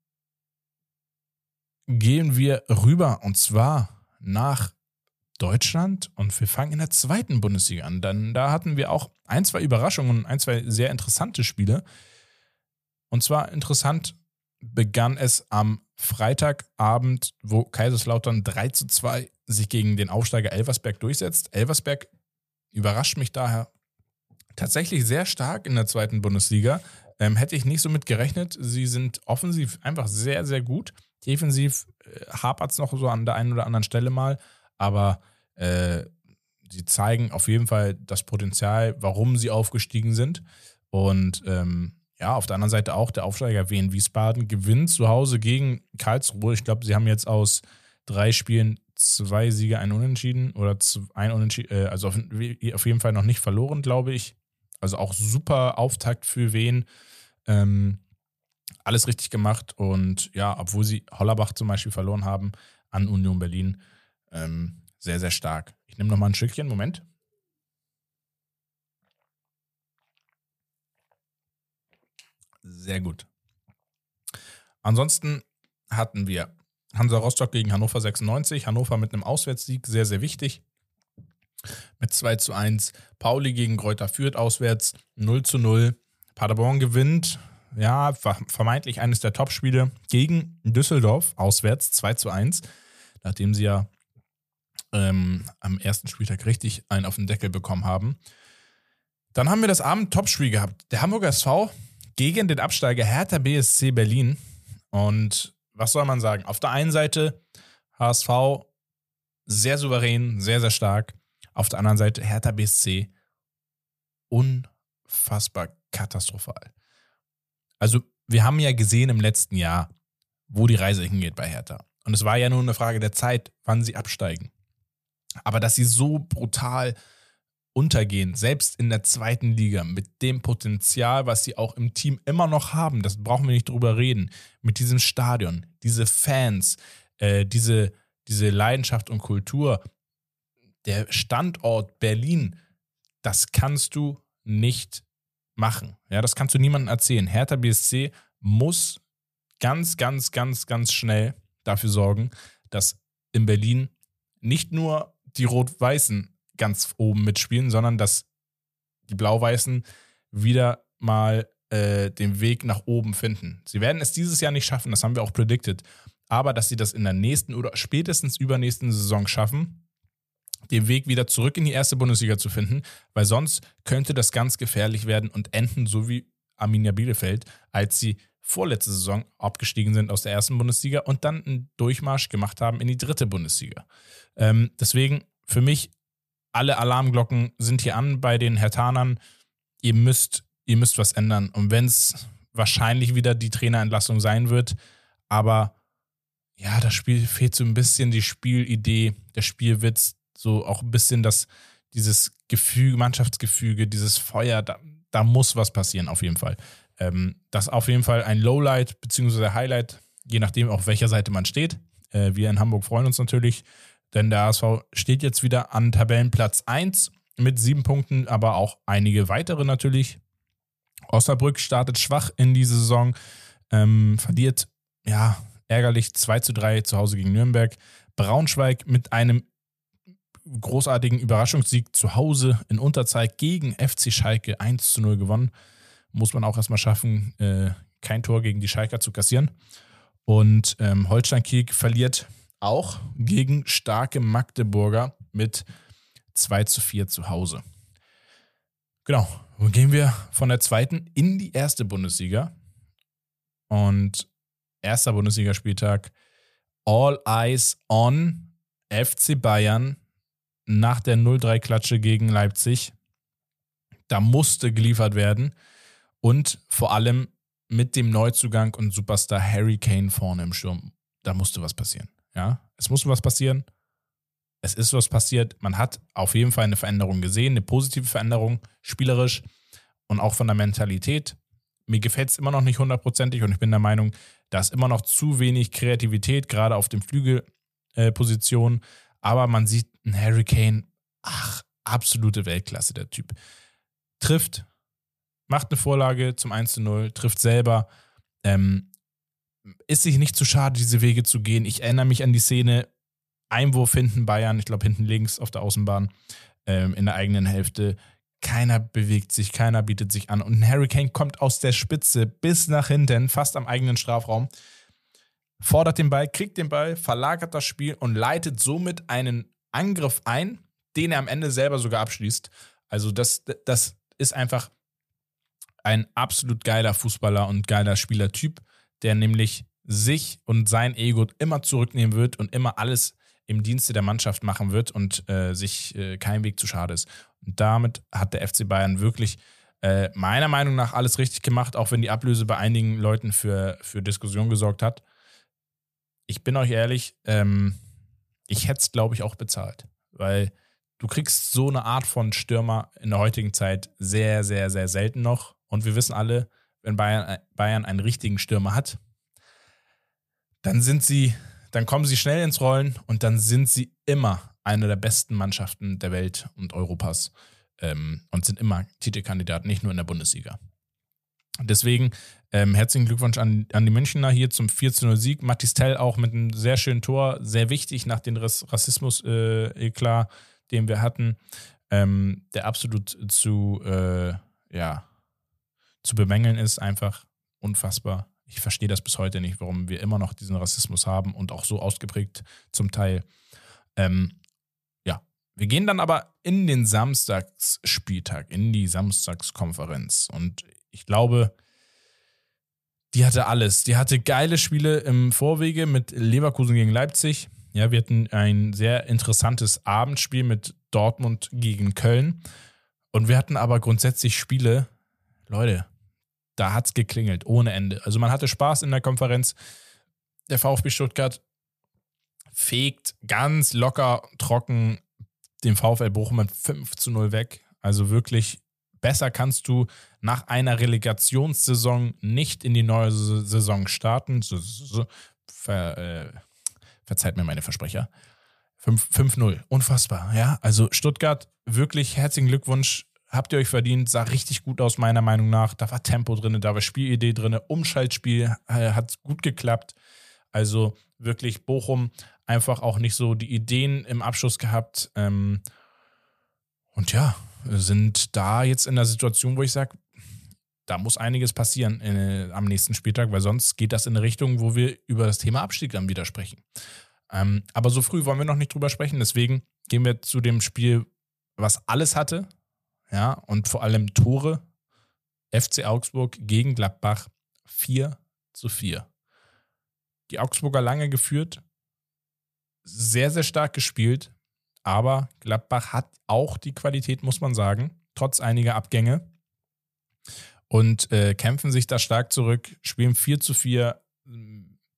gehen wir rüber und zwar nach Deutschland und wir fangen in der zweiten Bundesliga an. Dann, da hatten wir auch ein, zwei Überraschungen und ein, zwei sehr interessante Spiele. Und zwar interessant begann es am Freitagabend, wo Kaiserslautern drei zu zwei sich gegen den Aufsteiger Elversberg durchsetzt. Elversberg überrascht mich daher tatsächlich sehr stark in der zweiten Bundesliga. Ähm, hätte ich nicht so mit gerechnet. Sie sind offensiv einfach sehr, sehr gut. Defensiv äh, hapert es noch so an der einen oder anderen Stelle mal. Aber äh, sie zeigen auf jeden Fall das Potenzial, warum sie aufgestiegen sind. Und ähm, ja, auf der anderen Seite auch der Aufsteiger Wien Wiesbaden gewinnt zu Hause gegen Karlsruhe. Ich glaube, sie haben jetzt aus drei Spielen zwei Siege, ein Unentschieden oder ein Unentschieden, äh, also auf, auf jeden Fall noch nicht verloren, glaube ich. Also auch super Auftakt für Wien. Ähm, alles richtig gemacht. Und ja, obwohl sie Hollerbach zum Beispiel verloren haben an Union Berlin, Ähm, sehr, sehr stark. Ich nehme nochmal ein Stückchen, Moment. Sehr gut. Ansonsten hatten wir Hansa Rostock gegen Hannover sechsundneunzig. Hannover mit einem Auswärtssieg, sehr, sehr wichtig. Mit zwei zu eins. Pauli gegen Greuther Fürth auswärts, null zu null. Paderborn gewinnt, ja, vermeintlich eines der Topspiele gegen Düsseldorf auswärts, zwei zu eins. Nachdem sie ja Ähm, am ersten Spieltag richtig einen auf den Deckel bekommen haben. Dann haben wir das Abend-Topspiel gehabt. Der Hamburger S V gegen den Absteiger Hertha B S C Berlin. Und was soll man sagen? Auf der einen Seite H S V sehr souverän, sehr, sehr stark. Auf der anderen Seite Hertha B S C unfassbar katastrophal. Also wir haben ja gesehen im letzten Jahr, wo die Reise hingeht bei Hertha. Und es war ja nur eine Frage der Zeit, wann sie absteigen. Aber dass sie so brutal untergehen, selbst in der zweiten Liga, mit dem Potenzial, was sie auch im Team immer noch haben, das brauchen wir nicht drüber reden, mit diesem Stadion, diese Fans, äh, diese, diese Leidenschaft und Kultur, der Standort Berlin, das kannst du nicht machen. Ja, das kannst du niemandem erzählen. Hertha B S C muss ganz, ganz, ganz, ganz schnell dafür sorgen, dass in Berlin nicht nur die Rot-Weißen ganz oben mitspielen, sondern dass die Blau-Weißen wieder mal äh, den Weg nach oben finden. Sie werden es dieses Jahr nicht schaffen, das haben wir auch predicted, aber dass sie das in der nächsten oder spätestens übernächsten Saison schaffen, den Weg wieder zurück in die erste Bundesliga zu finden, weil sonst könnte das ganz gefährlich werden und enden so wie Arminia Bielefeld, als sie vorletzte Saison abgestiegen sind aus der ersten Bundesliga und dann einen Durchmarsch gemacht haben in die dritte Bundesliga. Ähm, deswegen für mich, alle Alarmglocken sind hier an bei den Herthanern. Ihr müsst, ihr müsst was ändern. Und wenn es wahrscheinlich wieder die Trainerentlassung sein wird, aber ja, das Spiel fehlt so ein bisschen die Spielidee, der Spielwitz, so auch ein bisschen das, dieses Gefüge, Mannschaftsgefüge, dieses Feuer, da, da muss was passieren, auf jeden Fall. Ähm, das ist auf jeden Fall ein Lowlight bzw. Highlight, je nachdem, auf welcher Seite man steht. Äh, wir in Hamburg freuen uns natürlich, denn der H S V steht jetzt wieder an Tabellenplatz eins mit sieben Punkten, aber auch einige weitere natürlich. Osnabrück startet schwach in die Saison, ähm, verliert, ja, ärgerlich zwei zu drei zu Hause gegen Nürnberg. Braunschweig mit einem großartigen Überraschungssieg zu Hause in Unterzahl gegen F C Schalke eins zu null gewonnen. Muss man auch erstmal schaffen, äh, kein Tor gegen die Schalker zu kassieren. Und ähm, Holstein Kiel verliert auch gegen starke Magdeburger mit zwei zu vier zu Hause. Genau, nun gehen wir von der zweiten in die erste Bundesliga. Und erster Bundesligaspieltag, All Eyes on F C Bayern nach der null drei Klatsche gegen Leipzig. Da musste geliefert werden und vor allem mit dem Neuzugang und Superstar Harry Kane vorne im Sturm. Da musste was passieren. Ja, es musste was passieren. Es ist was passiert. Man hat auf jeden Fall eine Veränderung gesehen, eine positive Veränderung, spielerisch und auch von der Mentalität. Mir gefällt es immer noch nicht hundertprozentig und ich bin der Meinung, da ist immer noch zu wenig Kreativität, gerade auf den Flügelpositionen. Aber man sieht einen Harry Kane, ach, absolute Weltklasse, der Typ. Trifft, macht eine Vorlage zum eins zu null, trifft selber, ähm, ist sich nicht zu schade, diese Wege zu gehen. Ich erinnere mich an die Szene, Einwurf hinten Bayern, ich glaube hinten links auf der Außenbahn, ähm, in der eigenen Hälfte. Keiner bewegt sich, keiner bietet sich an. Und Harry Kane kommt aus der Spitze bis nach hinten, fast am eigenen Strafraum, fordert den Ball, kriegt den Ball, verlagert das Spiel und leitet somit einen Angriff ein, den er am Ende selber sogar abschließt. Also das, das ist einfach ein absolut geiler Fußballer und geiler Spielertyp, der nämlich sich und sein Ego immer zurücknehmen wird und immer alles im Dienste der Mannschaft machen wird und äh, sich äh, kein Weg zu schade ist. Und damit hat der F C Bayern wirklich äh, meiner Meinung nach alles richtig gemacht, auch wenn die Ablöse bei einigen Leuten für, für Diskussion gesorgt hat. Ich bin euch ehrlich, ähm, ich hätte es, glaube ich, auch bezahlt, weil du kriegst so eine Art von Stürmer in der heutigen Zeit sehr, sehr, sehr selten noch. Und wir wissen alle, wenn Bayern, Bayern einen richtigen Stürmer hat, dann sind sie, dann kommen sie schnell ins Rollen und dann sind sie immer eine der besten Mannschaften der Welt und Europas ähm, und sind immer Titelkandidaten, nicht nur in der Bundesliga. Deswegen ähm, herzlichen Glückwunsch an, an die Münchner hier zum vier zu null Sieg. Mathis Tell auch mit einem sehr schönen Tor, sehr wichtig nach dem Rassismus-Eklat, äh, den wir hatten, ähm, der absolut zu, äh, ja, zu bemängeln ist, einfach unfassbar. Ich verstehe das bis heute nicht, warum wir immer noch diesen Rassismus haben und auch so ausgeprägt zum Teil. Ähm, ja, wir gehen dann aber in den Samstagsspieltag, in die Samstagskonferenz und ich glaube, die hatte alles. Die hatte geile Spiele im Vorwege mit Leverkusen gegen Leipzig. Ja, wir hatten ein sehr interessantes Abendspiel mit Dortmund gegen Köln. Und wir hatten aber grundsätzlich Spiele, Leute, da hat's geklingelt, ohne Ende. Also man hatte Spaß in der Konferenz. Der VfB Stuttgart fegt ganz locker, trocken den VfL Bochum mit fünf zu null weg. Also wirklich, besser kannst du nach einer Relegationssaison nicht in die neue Saison starten. So, so, so. Ver, äh, verzeiht mir meine Versprecher. fünf null, unfassbar. Ja, also Stuttgart, wirklich herzlichen Glückwunsch. Habt ihr euch verdient, sah richtig gut aus, meiner Meinung nach. Da war Tempo drin, da war Spielidee drin, Umschaltspiel äh, hat gut geklappt. Also wirklich Bochum einfach auch nicht so die Ideen im Abschluss gehabt. Ähm, und ja, sind da jetzt in der Situation, wo ich sage, da muss einiges passieren äh, am nächsten Spieltag, weil sonst geht das in eine Richtung, wo wir über das Thema Abstieg dann wieder sprechen. Ähm, aber so früh wollen wir noch nicht drüber sprechen, deswegen gehen wir zu dem Spiel, was alles hatte. Ja, und vor allem Tore. F C Augsburg gegen Gladbach vier zu vier. Die Augsburger lange geführt, sehr, sehr stark gespielt, aber Gladbach hat auch die Qualität, muss man sagen, trotz einiger Abgänge und äh, kämpfen sich da stark zurück, spielen vier zu vier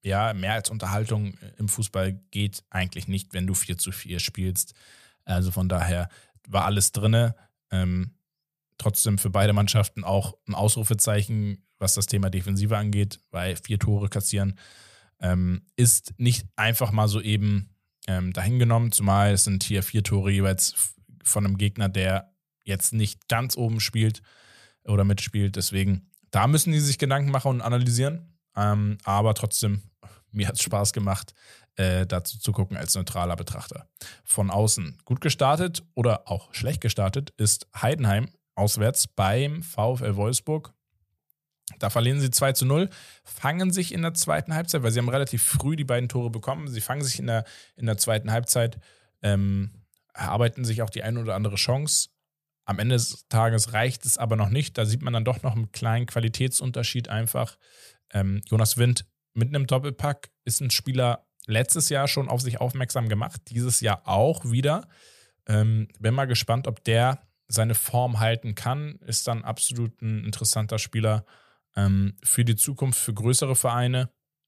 ja, mehr als Unterhaltung im Fußball geht eigentlich nicht, wenn du vier zu vier spielst. Also von daher war alles drinne. Ähm, trotzdem für beide Mannschaften auch ein Ausrufezeichen, was das Thema Defensive angeht, weil vier Tore kassieren ähm, ist nicht einfach mal so eben ähm, dahingenommen, zumal es sind hier vier Tore jeweils von einem Gegner, der jetzt nicht ganz oben spielt oder mitspielt. Deswegen, da müssen die sich Gedanken machen und analysieren. Ähm, aber trotzdem, mir hat es Spaß gemacht, äh, dazu zu gucken als neutraler Betrachter. Von außen gut gestartet oder auch schlecht gestartet ist Heidenheim auswärts beim VfL Wolfsburg. Da verlieren sie zwei zu null, fangen sich in der zweiten Halbzeit, weil sie haben relativ früh die beiden Tore bekommen, sie fangen sich in der, in der zweiten Halbzeit, ähm, erarbeiten sich auch die eine oder andere Chance. Am Ende des Tages reicht es aber noch nicht, da sieht man dann doch noch einen kleinen Qualitätsunterschied einfach. Ähm, Jonas Wind mit einem Doppelpack ist ein Spieler letztes Jahr schon auf sich aufmerksam gemacht, dieses Jahr auch wieder. Ähm, bin mal gespannt, ob der seine Form halten kann, ist dann absolut ein interessanter Spieler ähm, für die Zukunft, für größere Vereine.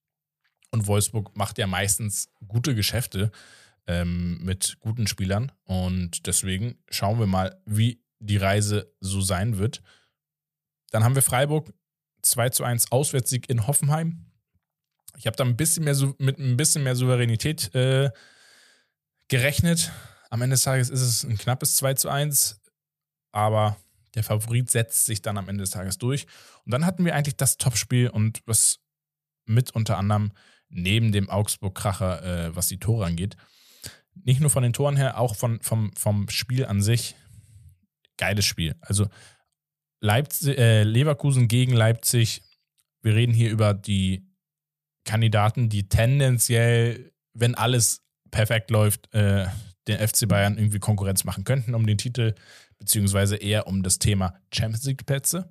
Und Wolfsburg macht ja meistens gute Geschäfte ähm, mit guten Spielern. Und deswegen schauen wir mal, wie die Reise so sein wird. Dann haben wir Freiburg, zwei zu eins Auswärtssieg in Hoffenheim. Ich habe da ein bisschen mehr mit ein bisschen mehr Souveränität äh, gerechnet. Am Ende des Tages ist es ein knappes zwei zu eins. Aber der Favorit setzt sich dann am Ende des Tages durch. Und dann hatten wir eigentlich das Topspiel und was mit unter anderem neben dem Augsburg-Kracher, äh, was die Tore angeht, nicht nur von den Toren her, auch von, vom, vom Spiel an sich, geiles Spiel. Also Leipzig, äh, Leverkusen gegen Leipzig, wir reden hier über die Kandidaten, die tendenziell, wenn alles perfekt läuft, äh, den F C Bayern irgendwie Konkurrenz machen könnten um den Titel, beziehungsweise eher um das Thema Champions League Plätze.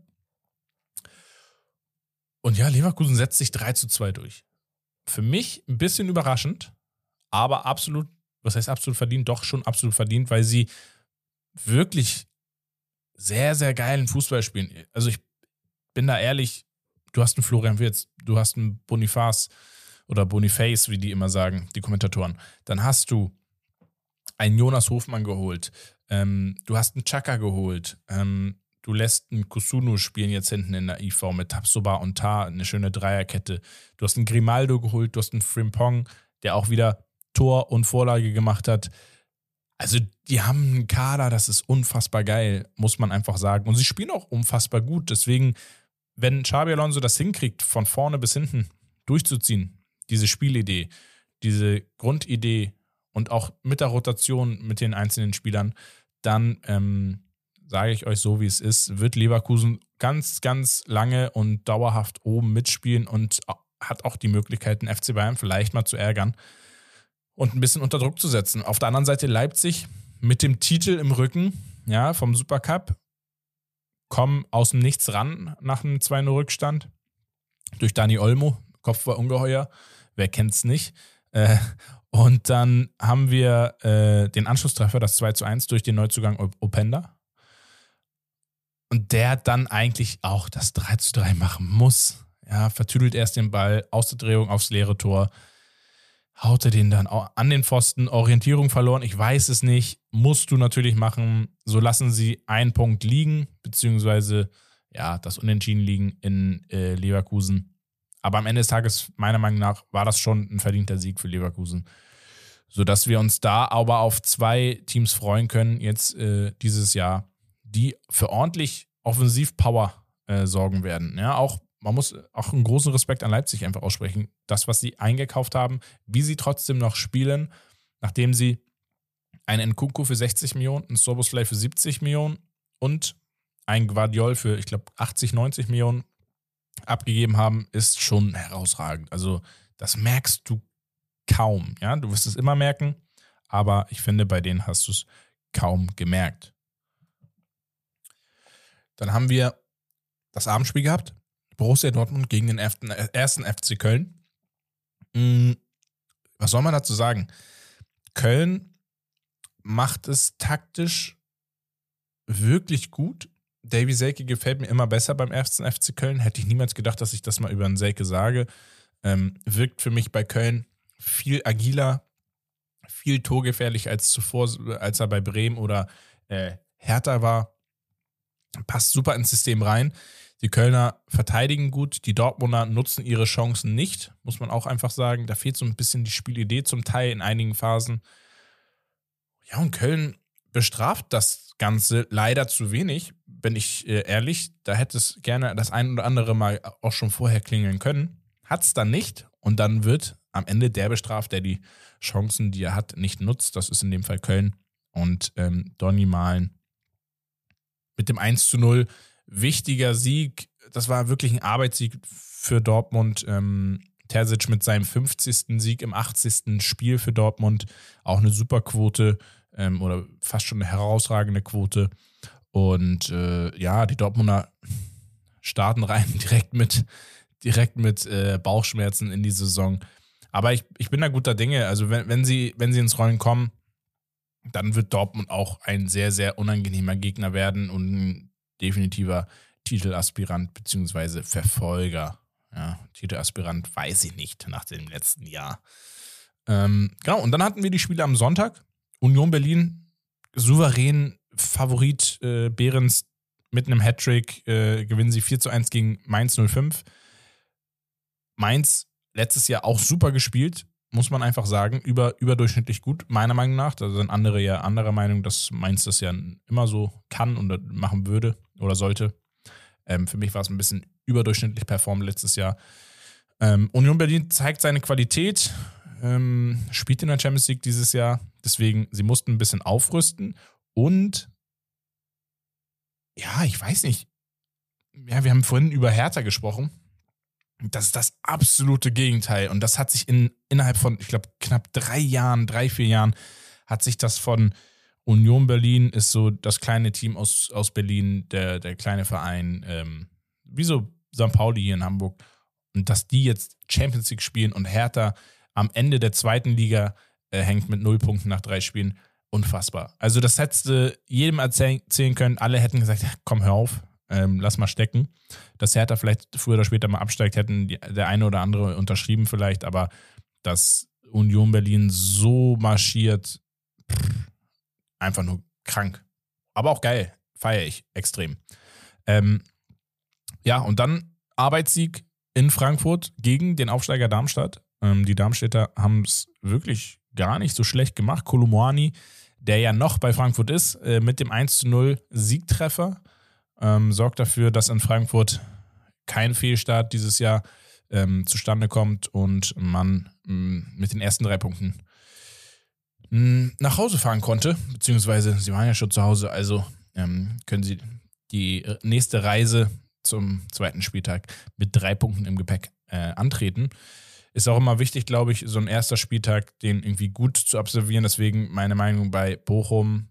Und ja, Leverkusen setzt sich drei zu zwei durch. Für mich ein bisschen überraschend, aber absolut, was heißt absolut verdient? Doch schon absolut verdient, weil sie wirklich sehr, sehr geilen Fußball spielen. Also ich bin da ehrlich, du hast einen Florian Wirtz, du hast einen Boniface oder Boniface, wie die immer sagen, die Kommentatoren. Dann hast du einen Jonas Hofmann geholt, ähm, du hast einen Chaka geholt, ähm, du lässt einen Kusunu spielen jetzt hinten in der I V mit Tabsoba und Tar, eine schöne Dreierkette. Du hast einen Grimaldo geholt, du hast einen Frimpong, der auch wieder Tor und Vorlage gemacht hat. Also die haben einen Kader, das ist unfassbar geil, muss man einfach sagen. Und sie spielen auch unfassbar gut. Deswegen, wenn Xabi Alonso das hinkriegt, von vorne bis hinten durchzuziehen, diese Spielidee, diese Grundidee und auch mit der Rotation mit den einzelnen Spielern, dann ähm, sage ich euch so, wie es ist, wird Leverkusen ganz, ganz lange und dauerhaft oben mitspielen und hat auch die Möglichkeit, den F C Bayern vielleicht mal zu ärgern und ein bisschen unter Druck zu setzen. Auf der anderen Seite Leipzig mit dem Titel im Rücken, ja, vom Supercup, kommen aus dem Nichts ran nach einem zwei null Rückstand durch Dani Olmo, Kopf war ungeheuer, wer kennt's nicht. Äh, und dann haben wir äh, den Anschlusstreffer, das zwei zu eins durch den Neuzugang Openda. Und der dann eigentlich auch das drei zu drei machen muss. Ja, vertüdelt erst den Ball, aus der Drehung aufs leere Tor, haut er den dann an den Pfosten, Orientierung verloren, ich weiß es nicht, musst du natürlich machen, so lassen sie einen Punkt liegen, beziehungsweise ja, das Unentschieden liegen in äh, Leverkusen. Aber am Ende des Tages, meiner Meinung nach, war das schon ein verdienter Sieg für Leverkusen, sodass wir uns da aber auf zwei Teams freuen können jetzt äh, dieses Jahr, die für ordentlich Offensivpower äh, sorgen werden. Ja, auch man muss auch einen großen Respekt an Leipzig einfach aussprechen. Das, was sie eingekauft haben, wie sie trotzdem noch spielen, nachdem sie einen Nkunku für sechzig Millionen, einen Szoboszlai für siebzig Millionen und einen Gvardiol für, ich glaube, achtzig, neunzig Millionen abgegeben haben, ist schon herausragend. Also das merkst du kaum. Ja, du wirst es immer merken, aber ich finde, bei denen hast du es kaum gemerkt. Dann haben wir das Abendspiel gehabt. Borussia Dortmund gegen den ersten F C Köln. Was soll man dazu sagen? Köln macht es taktisch wirklich gut. Davy Selke gefällt mir immer besser beim ersten F C Köln. Hätte ich niemals gedacht, dass ich das mal über einen Selke sage. Ähm, wirkt für mich bei Köln viel agiler, viel torgefährlicher als zuvor, als er bei Bremen oder äh, Hertha war. Passt super ins System rein. Die Kölner verteidigen gut, die Dortmunder nutzen ihre Chancen nicht, muss man auch einfach sagen. Da fehlt so ein bisschen die Spielidee zum Teil in einigen Phasen. Ja, und Köln bestraft das Ganze leider zu wenig, bin ich äh, ehrlich. Da hätte es gerne das ein oder andere Mal auch schon vorher klingeln können. Hat es dann nicht und dann wird am Ende der bestraft, der die Chancen, die er hat, nicht nutzt. Das ist in dem Fall Köln. Und ähm, Donny Malen mit dem eins zu null. Wichtiger Sieg. Das war wirklich ein Arbeitssieg für Dortmund. Ähm, Terzic mit seinem fünfzigsten Sieg im achtzigsten Spiel für Dortmund. Auch eine super Quote ähm, oder fast schon eine herausragende Quote. Und äh, ja, die Dortmunder starten rein direkt mit, direkt mit äh, Bauchschmerzen in die Saison. Aber ich, ich bin da guter Dinge. Also wenn, wenn, sie, wenn sie ins Rollen kommen, dann wird Dortmund auch ein sehr, sehr unangenehmer Gegner werden und ein definitiver Titelaspirant bzw. Verfolger. Ja, Titelaspirant weiß ich nicht nach dem letzten Jahr. Ähm, genau, und dann hatten wir die Spiele am Sonntag. Union Berlin, souverän Favorit äh, Behrens mit einem Hattrick, äh, gewinnen sie vier zu eins gegen Mainz null fünf. Mainz letztes Jahr auch super gespielt, muss man einfach sagen, über, überdurchschnittlich gut, meiner Meinung nach. Da sind andere ja anderer Meinung, dass Mainz das ja immer so kann und machen würde oder sollte. Ähm, für mich war es ein bisschen überdurchschnittlich performt letztes Jahr. Ähm, Union Berlin zeigt seine Qualität, ähm, spielt in der Champions League dieses Jahr, deswegen, sie mussten ein bisschen aufrüsten und ja, ich weiß nicht, ja, wir haben vorhin über Hertha gesprochen. Das ist das absolute Gegenteil. Und das hat sich in, innerhalb von, ich glaube, knapp drei Jahren, drei, vier Jahren, hat sich das von Union Berlin, ist so das kleine Team aus, aus Berlin, der, der kleine Verein, ähm, wie so Sankt Pauli hier in Hamburg. Und dass die jetzt Champions League spielen und Hertha am Ende der zweiten Liga äh, hängt mit null Punkten nach drei Spielen, unfassbar. Also das hättest du jedem erzählen können. Alle hätten gesagt, komm, hör auf. Ähm, lass mal stecken. Dass Hertha vielleicht früher oder später mal absteigt, hätten die, der eine oder andere unterschrieben vielleicht, aber dass Union Berlin so marschiert, pff, einfach nur krank. Aber auch geil, feiere ich extrem. Ähm, ja, und dann Arbeitssieg in Frankfurt gegen den Aufsteiger Darmstadt. Ähm, die Darmstädter haben es wirklich gar nicht so schlecht gemacht. Kolomoani, der ja noch bei Frankfurt ist, äh, mit dem eins zu null Siegtreffer, Ähm, sorgt dafür, dass in Frankfurt kein Fehlstart dieses Jahr ähm, zustande kommt und man mh, mit den ersten drei Punkten mh, nach Hause fahren konnte, beziehungsweise sie waren ja schon zu Hause, also ähm, können sie die nächste Reise zum zweiten Spieltag mit drei Punkten im Gepäck äh, antreten. Ist auch immer wichtig, glaube ich, so ein erster Spieltag, den irgendwie gut zu absolvieren, deswegen meine Meinung bei Bochum,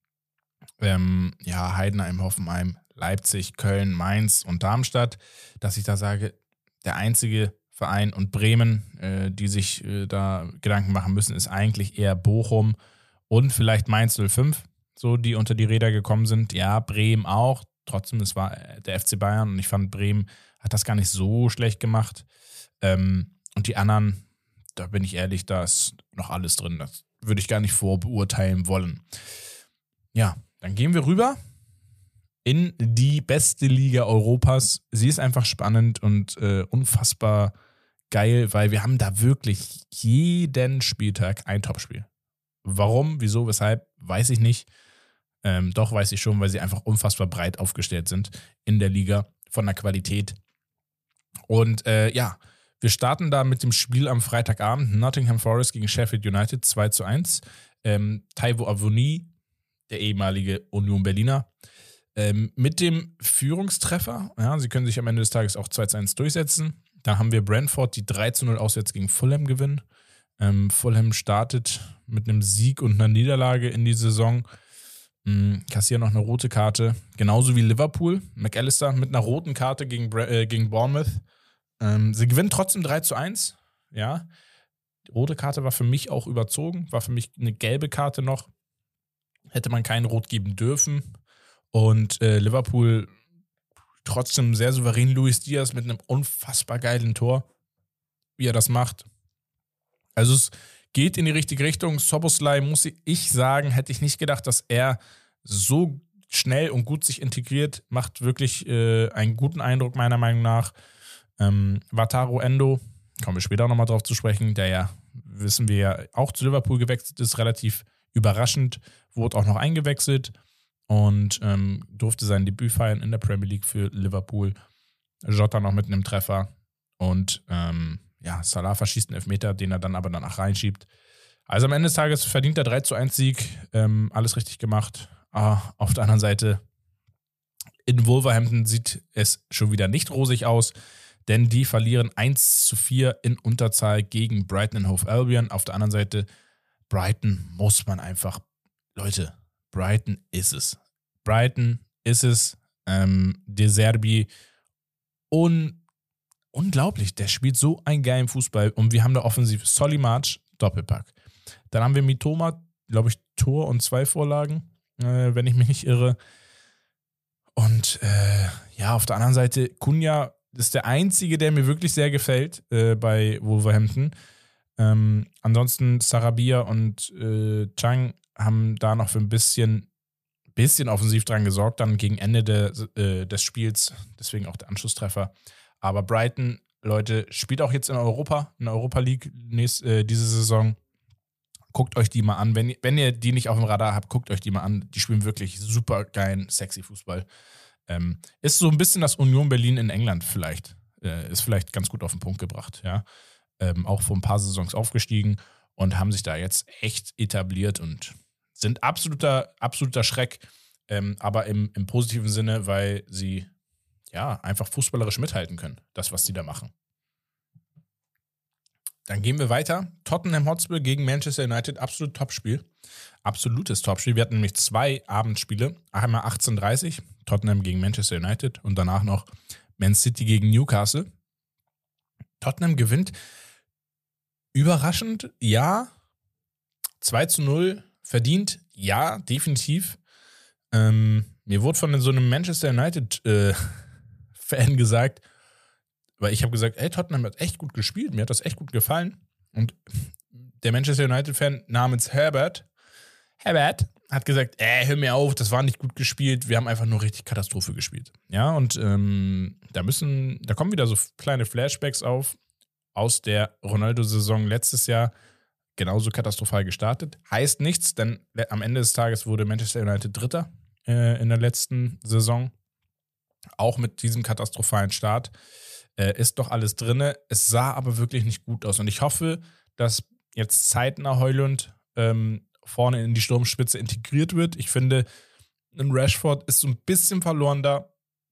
ähm, ja, Heidenheim, Hoffenheim, Leipzig, Köln, Mainz und Darmstadt, dass ich da sage, der einzige Verein und Bremen, äh, die sich äh, da Gedanken machen müssen, ist eigentlich eher Bochum und vielleicht Mainz null fünf, so die unter die Räder gekommen sind. Ja, Bremen auch, trotzdem, es war der F C Bayern und ich fand, Bremen hat das gar nicht so schlecht gemacht. Ähm, und die anderen, da bin ich ehrlich, da ist noch alles drin, das würde ich gar nicht vorbeurteilen wollen. Ja, dann gehen wir rüber in die beste Liga Europas. Sie ist einfach spannend und äh, unfassbar geil, weil wir haben da wirklich jeden Spieltag ein Topspiel. Warum, wieso, weshalb, weiß ich nicht. Ähm, doch weiß ich schon, weil sie einfach unfassbar breit aufgestellt sind in der Liga von der Qualität. Und äh, ja, wir starten da mit dem Spiel am Freitagabend. Nottingham Forest gegen Sheffield United zwei zu eins. Ähm, Taiwo Avoni, der ehemalige Union Berliner, ähm, mit dem Führungstreffer. Ja, sie können sich am Ende des Tages auch zwei zu eins durchsetzen. Da haben wir Brentford, die drei zu null auswärts gegen Fulham gewinnen. Ähm, Fulham startet mit einem Sieg und einer Niederlage in die Saison. Ähm, kassieren noch eine rote Karte. Genauso wie Liverpool. McAllister mit einer roten Karte gegen, äh, gegen Bournemouth. Ähm, sie gewinnen trotzdem drei zu eins. Ja. Die rote Karte war für mich auch überzogen. War für mich eine gelbe Karte noch. Hätte man keinen Rot geben dürfen. Und äh, Liverpool trotzdem sehr souverän. Luis Diaz mit einem unfassbar geilen Tor. wie er das macht. Also es geht in die richtige Richtung. Szoboszlai, muss ich sagen, hätte ich nicht gedacht, dass er so schnell und gut sich integriert. Macht wirklich äh, einen guten Eindruck, meiner Meinung nach. Ähm, Wataru Endo, kommen wir später nochmal drauf zu sprechen, der ja, wissen wir ja, auch zu Liverpool gewechselt ist, relativ überraschend, wurde auch noch eingewechselt und ähm, durfte sein Debüt feiern in der Premier League für Liverpool. Jota noch mit einem Treffer und ähm, ja, Salah verschießt einen Elfmeter, den er dann aber danach reinschiebt. Also am Ende des Tages verdient der drei zu eins Sieg, ähm, alles richtig gemacht. Ah, auf der anderen Seite, in Wolverhampton sieht es schon wieder nicht rosig aus, denn die verlieren eins zu vier in Unterzahl gegen Brighton and Hove Albion. Auf der anderen Seite, Brighton muss man einfach, Leute, Brighton ist es. Brighton ist es. Ähm, De Zerbi, un, unglaublich, der spielt so einen geilen Fußball und wir haben da offensiv Solly March, Doppelpack. Dann haben wir Mitoma, glaube ich, Tor und zwei Vorlagen, äh, wenn ich mich nicht irre. Und äh, ja, auf der anderen Seite, Cunha ist der Einzige, der mir wirklich sehr gefällt äh, bei Wolverhampton. Ähm, ansonsten Sarabia und äh, Chang haben da noch für ein bisschen, bisschen offensiv dran gesorgt, dann gegen Ende de, äh, des Spiels, deswegen auch der Anschlusstreffer. Aber Brighton, Leute, spielt auch jetzt in Europa, in der Europa League nächst, äh, diese Saison. Guckt euch die mal an. Wenn, wenn ihr die nicht auf dem Radar habt, guckt euch die mal an. Die spielen wirklich super geilen, sexy Fußball. Ähm, ist so ein bisschen das Union Berlin in England vielleicht. Äh, ist vielleicht ganz gut auf den Punkt gebracht, ja. Ähm, auch vor ein paar Saisons aufgestiegen und haben sich da jetzt echt etabliert und sind absoluter, absoluter Schreck, ähm, aber im, im positiven Sinne, weil sie ja einfach fußballerisch mithalten können, das, was sie da machen. Dann gehen wir weiter. Tottenham Hotspur gegen Manchester United, absolut Topspiel. Absolutes Topspiel. Wir hatten nämlich zwei Abendspiele. Einmal achtzehn Uhr dreißig, Tottenham gegen Manchester United und danach noch Man City gegen Newcastle. Tottenham gewinnt überraschend, ja. zwei zu null verdient, ja, definitiv. Ähm, mir wurde von so einem Manchester United-Fan äh, gesagt, weil ich habe gesagt, ey, Tottenham hat echt gut gespielt, mir hat das echt gut gefallen. Und der Manchester United-Fan namens Herbert, Herbert hat gesagt, ey, hör mir auf, das war nicht gut gespielt, wir haben einfach nur richtig Katastrophe gespielt. Ja, und ähm, da müssen, da kommen wieder so kleine Flashbacks auf aus der Ronaldo-Saison letztes Jahr, genauso katastrophal gestartet. Heißt nichts, denn am Ende des Tages wurde Manchester United Dritter äh, in der letzten Saison. Auch mit diesem katastrophalen Start äh, ist doch alles drin. Es sah aber wirklich nicht gut aus. Und ich hoffe, dass jetzt zeitnah Højlund ähm, vorne in die Sturmspitze integriert wird. Ich finde, ein Rashford ist so ein bisschen verloren da.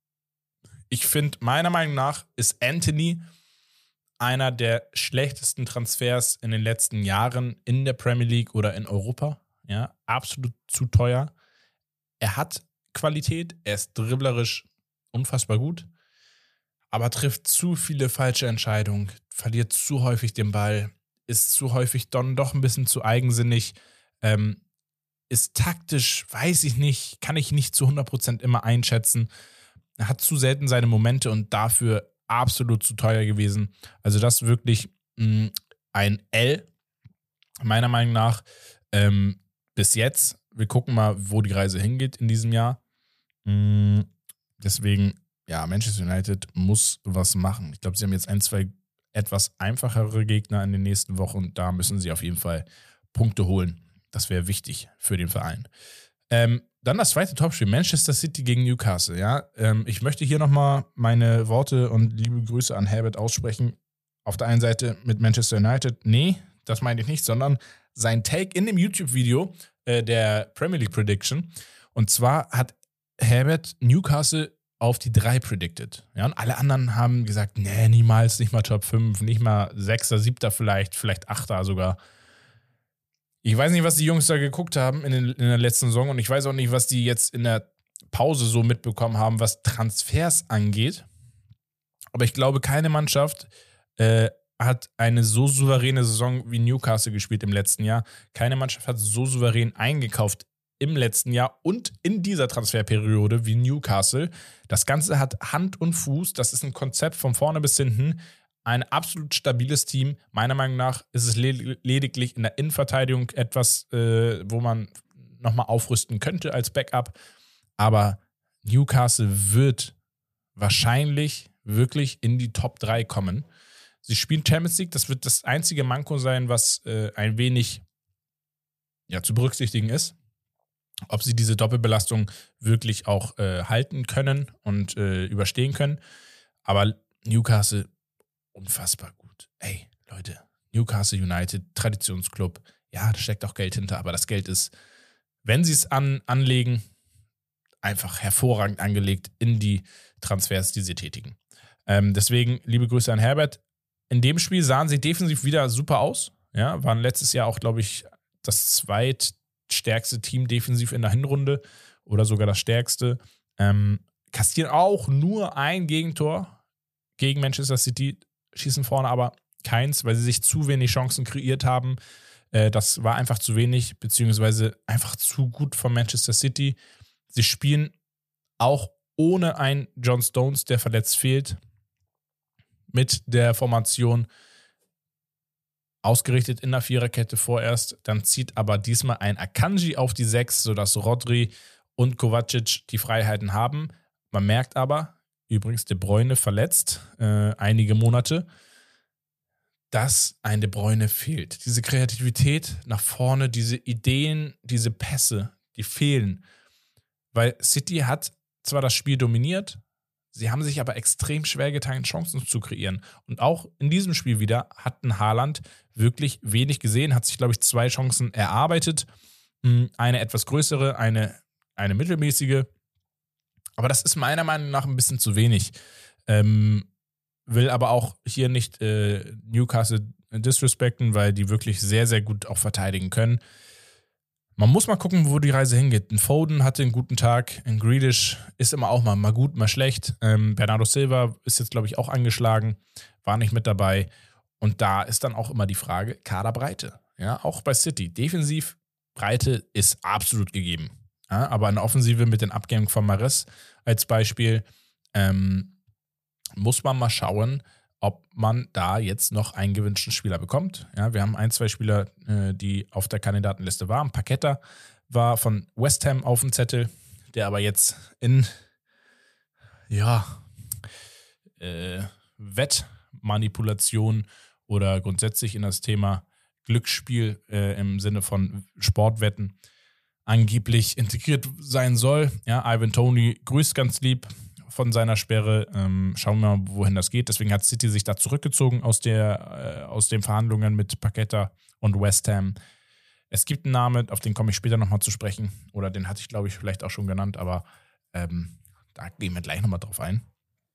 Ich finde, meiner Meinung nach ist Anthony einer der schlechtesten Transfers in den letzten Jahren in der Premier League oder in Europa. Ja, absolut zu teuer. Er hat Qualität, er ist dribblerisch unfassbar gut, aber trifft zu viele falsche Entscheidungen, verliert zu häufig den Ball, ist zu häufig dann doch ein bisschen zu eigensinnig, ähm, ist taktisch, weiß ich nicht, kann ich nicht zu hundert Prozent immer einschätzen, er hat zu selten seine Momente und dafür absolut zu teuer gewesen. Also das ist wirklich mh, ein L, meiner Meinung nach, ähm, bis jetzt. Wir gucken mal, wo die Reise hingeht in diesem Jahr. Mhm. Deswegen, ja, Manchester United muss was machen. Ich glaube, sie haben jetzt ein, zwei etwas einfachere Gegner in den nächsten Wochen und da müssen sie auf jeden Fall Punkte holen. Das wäre wichtig für den Verein. Ähm, dann das zweite Topspiel, Manchester City gegen Newcastle. Ja, ähm, ich möchte hier nochmal meine Worte und liebe Grüße an Herbert aussprechen. Auf der einen Seite mit Manchester United, nee, das meine ich nicht, sondern sein Take in dem YouTube-Video äh, der Premier League Prediction. Und zwar hat Herbert Newcastle auf die drei predicted. Ja, und alle anderen haben gesagt, nee, niemals, nicht mal Top fünf, nicht mal Sechster, Siebter vielleicht, vielleicht Achter sogar. Ich weiß nicht, was die Jungs da geguckt haben in, den, in der letzten Saison und ich weiß auch nicht, was die jetzt in der Pause so mitbekommen haben, was Transfers angeht. Aber ich glaube, keine Mannschaft äh, hat eine so souveräne Saison wie Newcastle gespielt im letzten Jahr. Keine Mannschaft hat so souverän eingekauft im letzten Jahr und in dieser Transferperiode wie Newcastle. Das Ganze hat Hand und Fuß. Das ist ein Konzept von vorne bis hinten. ein absolut stabiles Team. Meiner Meinung nach ist es led- lediglich in der Innenverteidigung etwas, äh, wo man nochmal aufrüsten könnte als Backup. Aber Newcastle wird wahrscheinlich wirklich in die Top drei kommen. Sie spielen Champions League, das wird das einzige Manko sein, was äh, ein wenig ja, zu berücksichtigen ist. Ob sie diese Doppelbelastung wirklich auch äh, halten können und äh, überstehen können. Aber Newcastle, unfassbar gut. Ey, Leute, Newcastle United, Traditionsclub, ja, da steckt auch Geld hinter, aber das Geld ist, wenn sie es an, anlegen, einfach hervorragend angelegt in die Transfers, die sie tätigen. Ähm, deswegen, liebe Grüße an Herbert. In dem Spiel sahen sie defensiv wieder super aus. Ja, waren letztes Jahr auch, glaube ich, das zweitstärkste Team defensiv in der Hinrunde oder sogar das stärkste. Ähm, kassieren auch nur ein Gegentor gegen Manchester City, schießen vorne aber keins, weil sie sich zu wenig Chancen kreiert haben. Äh, das war einfach zu wenig, beziehungsweise einfach zu gut von Manchester City. Sie spielen auch ohne einen John Stones, der verletzt fehlt, mit der Formation ausgerichtet in der Viererkette vorerst. Dann zieht aber diesmal ein Akanji auf die sechs, sodass Rodri und Kovacic die Freiheiten haben. Man merkt aber, übrigens De Bruyne verletzt, äh, einige Monate, dass ein De Bruyne fehlt. Diese Kreativität nach vorne, diese Ideen, diese Pässe, die fehlen. Weil City hat zwar das Spiel dominiert, sie haben sich aber extrem schwer getan, Chancen zu kreieren. Und auch in diesem Spiel wieder hat ein Haaland wirklich wenig gesehen, hat sich, glaube ich, zwei Chancen erarbeitet. Eine etwas größere, eine, eine mittelmäßige. Aber das ist meiner Meinung nach ein bisschen zu wenig. Ähm, will aber auch hier nicht äh, Newcastle disrespekten, weil die wirklich sehr, sehr gut auch verteidigen können. Man muss mal gucken, wo die Reise hingeht. Ein Foden hatte einen guten Tag, ein Grealish ist immer auch mal, mal gut, mal schlecht. Ähm, Bernardo Silva ist jetzt, glaube ich, auch angeschlagen, war nicht mit dabei. Und da ist dann auch immer die Frage, Kaderbreite. Ja, auch bei City. Defensiv, Breite ist absolut gegeben. Ja, aber eine Offensive mit den Abgängen von Mahrez als Beispiel ähm, muss man mal schauen, ob man da jetzt noch einen gewünschten Spieler bekommt. Ja, wir haben ein, zwei Spieler, äh, die auf der Kandidatenliste waren. Paqueta war von West Ham auf dem Zettel, der aber jetzt in ja, äh, Wettmanipulation oder grundsätzlich in das Thema Glücksspiel äh, im Sinne von Sportwetten angeblich integriert sein soll. Ja, Ivan Toney grüßt ganz lieb von seiner Sperre. Ähm, schauen wir mal, wohin das geht. Deswegen hat City sich da zurückgezogen aus, der, äh, aus den Verhandlungen mit Paqueta und West Ham. Es gibt einen Namen, auf den komme ich später nochmal zu sprechen. Oder den hatte ich, glaube ich, vielleicht auch schon genannt, aber ähm, da gehen wir gleich nochmal drauf ein.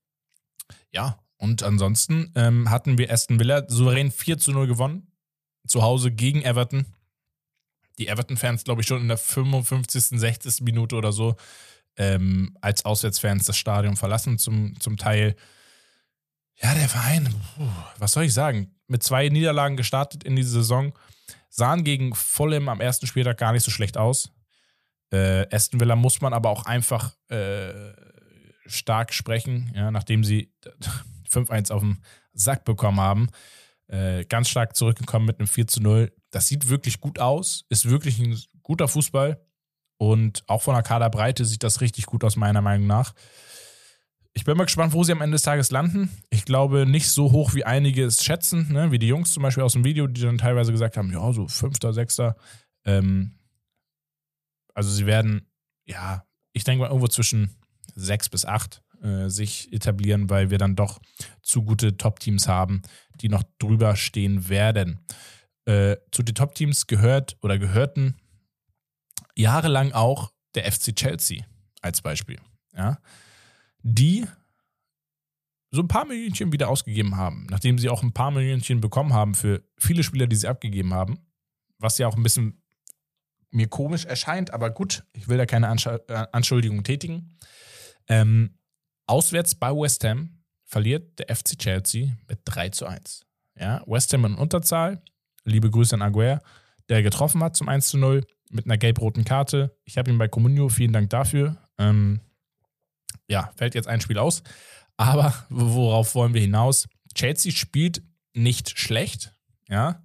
Ja, und ansonsten ähm, hatten wir Aston Villa souverän vier zu null gewonnen. Zu Hause gegen Everton. Die Everton-Fans, glaube ich, schon in der fünfundfünfzigsten, sechzigsten Minute oder so ähm, als Auswärtsfans das Stadion verlassen zum, zum Teil. Ja, der Verein, puh, was soll ich sagen, mit zwei Niederlagen gestartet in diese Saison, sahen gegen Fulham am ersten Spieltag gar nicht so schlecht aus. Äh, Aston Villa muss man aber auch einfach äh, stark sprechen, ja, nachdem sie fünf eins auf den Sack bekommen haben. Äh, ganz stark zurückgekommen mit einem vier zu null. Das sieht wirklich gut aus, ist wirklich ein guter Fußball und auch von der Kaderbreite sieht das richtig gut aus, meiner Meinung nach. Ich bin mal gespannt, wo sie am Ende des Tages landen. Ich glaube nicht so hoch, wie einige es schätzen, ne? Wie die Jungs zum Beispiel aus dem Video, die dann teilweise gesagt haben, ja, so Fünfter, Sechster. Ähm, also sie werden, ja, ich denke mal irgendwo zwischen sechs bis acht äh, sich etablieren, weil wir dann doch zu gute Top-Teams haben, die noch drüber stehen werden. Äh, zu den Top-Teams gehört oder gehörten jahrelang auch der F C Chelsea als Beispiel, ja, die so ein paar Millionchen wieder ausgegeben haben, nachdem sie auch ein paar Millionchen bekommen haben für viele Spieler, die sie abgegeben haben, was ja auch ein bisschen mir komisch erscheint, aber gut, ich will da keine Ansch- Anschuldigung tätigen. Ähm, auswärts bei West Ham verliert der F C Chelsea mit drei zu eins. Ja, West Ham in Unterzahl, liebe Grüße an Aguero, der getroffen hat zum eins zu null mit einer gelb-roten Karte. Ich habe ihn bei Comunio, vielen Dank dafür. Ähm, ja, fällt jetzt ein Spiel aus. Aber worauf wollen wir hinaus? Chelsea spielt nicht schlecht, ja.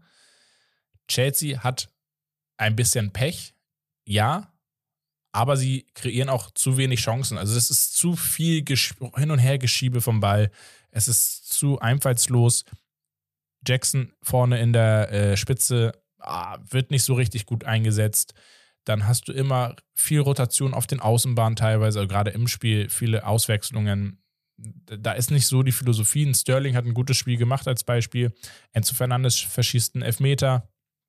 Chelsea hat ein bisschen Pech, ja, aber sie kreieren auch zu wenig Chancen. Also es ist zu viel Gesch- Hin- und Hergeschiebe vom Ball. Es ist zu einfallslos. Jackson vorne in der äh, Spitze ah, wird nicht so richtig gut eingesetzt. Dann hast du immer viel Rotation auf den Außenbahnen teilweise, also gerade im Spiel viele Auswechslungen. Da ist nicht so die Philosophie. Sterling hat ein gutes Spiel gemacht als Beispiel. Enzo Fernandes verschießt einen Elfmeter.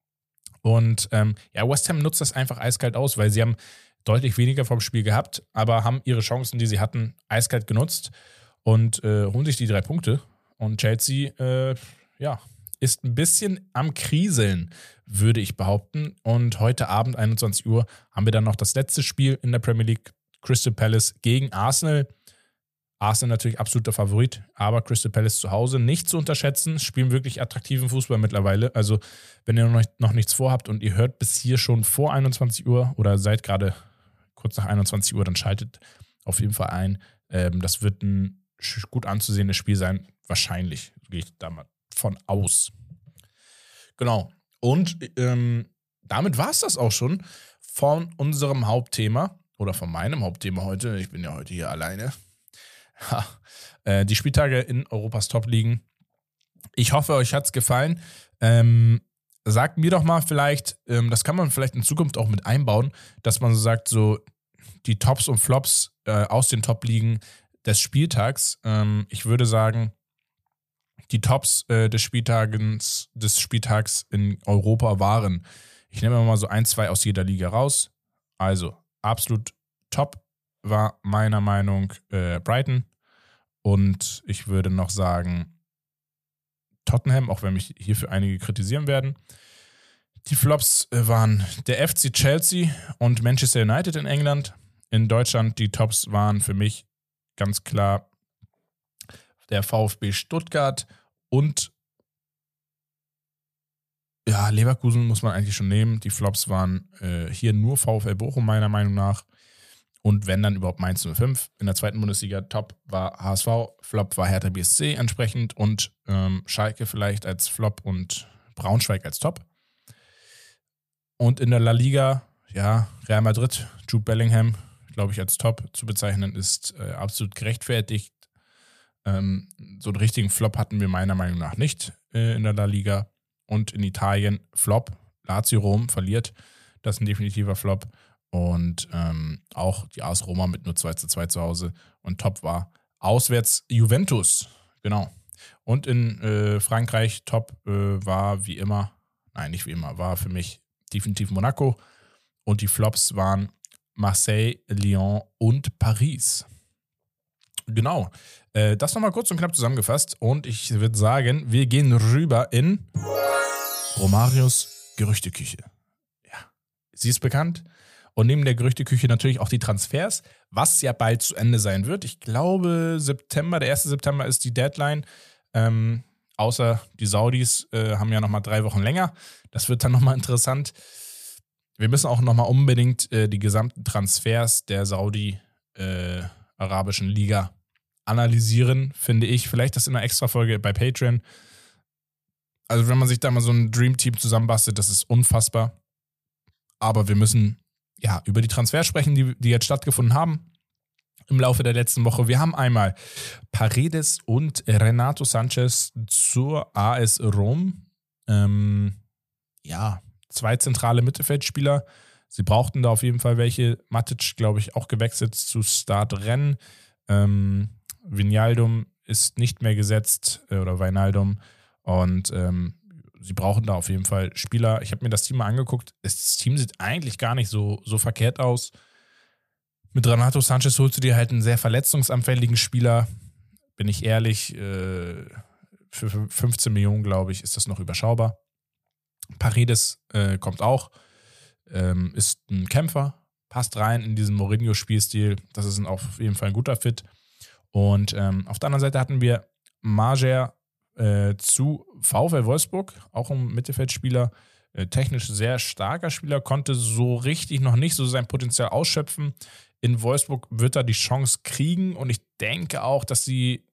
Und ähm, ja, West Ham nutzt das einfach eiskalt aus, weil sie haben deutlich weniger vom Spiel gehabt, aber haben ihre Chancen, die sie hatten, eiskalt genutzt und äh, holen sich die drei Punkte. Und Chelsea, äh, ja, ist ein bisschen am Kriseln, würde ich behaupten. Und heute Abend, einundzwanzig Uhr, haben wir dann noch das letzte Spiel in der Premier League, Crystal Palace gegen Arsenal. Arsenal natürlich absoluter Favorit, aber Crystal Palace zu Hause nicht zu unterschätzen, spielen wirklich attraktiven Fußball mittlerweile. Also wenn ihr noch, noch nichts vorhabt und ihr hört bis hier schon vor einundzwanzig Uhr oder seid gerade kurz nach einundzwanzig Uhr, dann schaltet auf jeden Fall ein. Ähm, das wird ein gut anzusehendes Spiel sein, wahrscheinlich, gehe ich da mal von aus. Genau, und ähm, damit war es das auch schon von unserem Hauptthema oder von meinem Hauptthema heute. Ich bin ja heute hier alleine. Ha, äh, die Spieltage in Europas Top-Ligen. Ich hoffe, euch hat es gefallen. Ähm, sagt mir doch mal vielleicht, ähm, das kann man vielleicht in Zukunft auch mit einbauen, dass man so sagt, so die Tops und Flops äh, aus den Top-Ligen des Spieltags. Ähm, ich würde sagen, die Tops äh, des Spieltags, des Spieltags in Europa waren, ich nehme mal so ein, zwei aus jeder Liga raus. Also absolut top war meiner Meinung äh, Brighton und ich würde noch sagen Tottenham, auch wenn mich hierfür einige kritisieren werden. Die Flops äh, waren der F C Chelsea und Manchester United in England. In Deutschland die Tops waren für mich ganz klar der VfB Stuttgart und ja, Leverkusen muss man eigentlich schon nehmen. Die Flops waren äh, hier nur VfL Bochum meiner Meinung nach. Und wenn dann überhaupt Mainz null fünf. In der zweiten Bundesliga Top war H S V, Flop war Hertha B S C entsprechend und ähm, Schalke vielleicht als Flop und Braunschweig als Top. Und in der La Liga, ja, Real Madrid, Jude Bellingham, glaube ich, als Top zu bezeichnen, ist äh, absolut gerechtfertigt. Ähm, so einen richtigen Flop hatten wir meiner Meinung nach nicht äh, in der La Liga. Und in Italien Flop, Lazio Rom verliert, das ist ein definitiver Flop. Und ähm, auch die A S Roma mit nur zwei zu zwei zu Hause. Und Top war auswärts Juventus. Genau. Und in äh, Frankreich Top äh, war wie immer, nein, nicht wie immer, war für mich definitiv Monaco. Und die Flops waren Marseille, Lyon und Paris. Genau. Äh, das nochmal kurz und knapp zusammengefasst. Und ich würde sagen, wir gehen rüber in Romarios Gerüchteküche. Ja, sie ist bekannt. Und neben der Gerüchteküche natürlich auch die Transfers, was ja bald zu Ende sein wird. Ich glaube, September, der erste September ist die Deadline. Ähm, außer die Saudis äh, haben ja nochmal drei Wochen länger. Das wird dann nochmal interessant. Wir müssen auch nochmal unbedingt äh, die gesamten Transfers der Saudi-Arabischen äh, Liga analysieren, finde ich. Vielleicht das in einer Extra-Folge bei Patreon. Also wenn man sich da mal so ein Dream-Team zusammenbastelt, das ist unfassbar. Aber wir müssen ja über die Transfers sprechen, die, die jetzt stattgefunden haben im Laufe der letzten Woche. Wir haben einmal Paredes und Renato Sanchez zur A S Rom. Ähm, ja, zwei zentrale Mittelfeldspieler. Sie brauchten da auf jeden Fall welche. Matic, glaube ich, auch gewechselt zu Stade Rennes. Ähm, Wijnaldum ist nicht mehr gesetzt, äh, oder Wijnaldum. Und ähm, sie brauchen da auf jeden Fall Spieler. Ich habe mir das Team mal angeguckt. Das Team sieht eigentlich gar nicht so, so verkehrt aus. Mit Renato Sanchez holst du dir halt einen sehr verletzungsanfälligen Spieler. Bin ich ehrlich, äh, für fünfzehn Millionen, glaube ich, ist das noch überschaubar. Paredes äh, kommt auch, ähm, ist ein Kämpfer, passt rein in diesen Mourinho-Spielstil. Das ist ein, auf jeden Fall ein guter Fit. Und ähm, auf der anderen Seite hatten wir Majer äh, zu VfL Wolfsburg, auch ein Mittelfeldspieler, äh, technisch sehr starker Spieler, konnte so richtig noch nicht so sein Potenzial ausschöpfen. In Wolfsburg wird er die Chance kriegen und ich denke auch, dass sie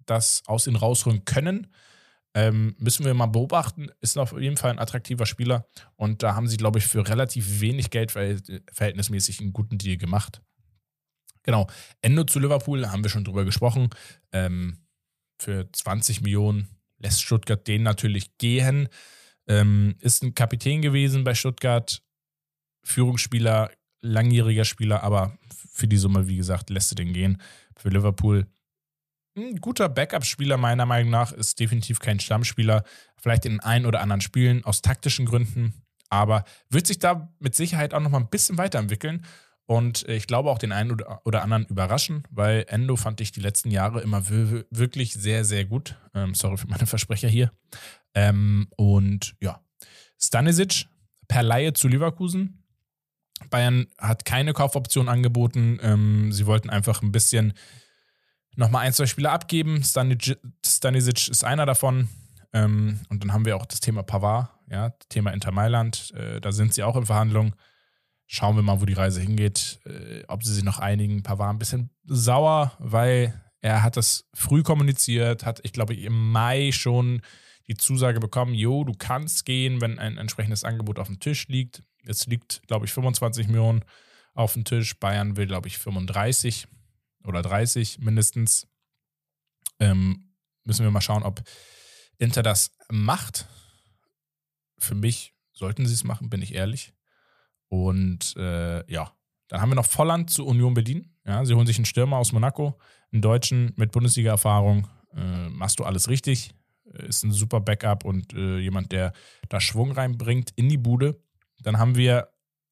das aus ihnen rausholen können. Ähm, müssen wir mal beobachten. Ist auf jeden Fall ein attraktiver Spieler. Und da haben sie, glaube ich, für relativ wenig Geld verhältnismäßig einen guten Deal gemacht. Genau. Endo zu Liverpool, haben wir schon drüber gesprochen. Ähm, für zwanzig Millionen lässt Stuttgart den natürlich gehen. Ähm, ist ein Kapitän gewesen bei Stuttgart. Führungsspieler, langjähriger Spieler, aber für die Summe, wie gesagt, lässt er den gehen. Für Liverpool ein guter Backup-Spieler meiner Meinung nach, ist definitiv kein Stammspieler. Vielleicht in ein oder anderen Spielen aus taktischen Gründen, aber wird sich da mit Sicherheit auch nochmal ein bisschen weiterentwickeln und ich glaube auch den einen oder anderen überraschen, weil Endo fand ich die letzten Jahre immer wirklich sehr, sehr gut. Ähm, sorry für meine Versprecher hier. Ähm, und ja, Stanisic per Leihe zu Leverkusen. Bayern hat keine Kaufoption angeboten. Ähm, sie wollten einfach ein bisschen nochmal ein, zwei Spieler abgeben. Stanisic, Stanisic ist einer davon. Ähm, und dann haben wir auch das Thema Pavard, ja, Thema Inter Mailand. Äh, da sind sie auch in Verhandlungen. Schauen wir mal, wo die Reise hingeht. Äh, ob sie sich noch einigen. Pavard ein bisschen sauer, weil er hat das früh kommuniziert, hat, ich glaube, im Mai schon die Zusage bekommen, jo, du kannst gehen, wenn ein entsprechendes Angebot auf dem Tisch liegt. Es liegt, glaube ich, fünfundzwanzig Millionen auf dem Tisch. Bayern will, glaube ich, fünfunddreißig oder dreißig mindestens. Ähm, müssen wir mal schauen, ob Inter das macht. Für mich sollten sie es machen, bin ich ehrlich. Und äh, ja, dann haben wir noch Volland zu Union Berlin. Ja, sie holen sich einen Stürmer aus Monaco, einen Deutschen mit Bundesliga-Erfahrung. Äh, machst du alles richtig. Ist ein super Backup und äh, jemand, der da Schwung reinbringt in die Bude. Dann haben wir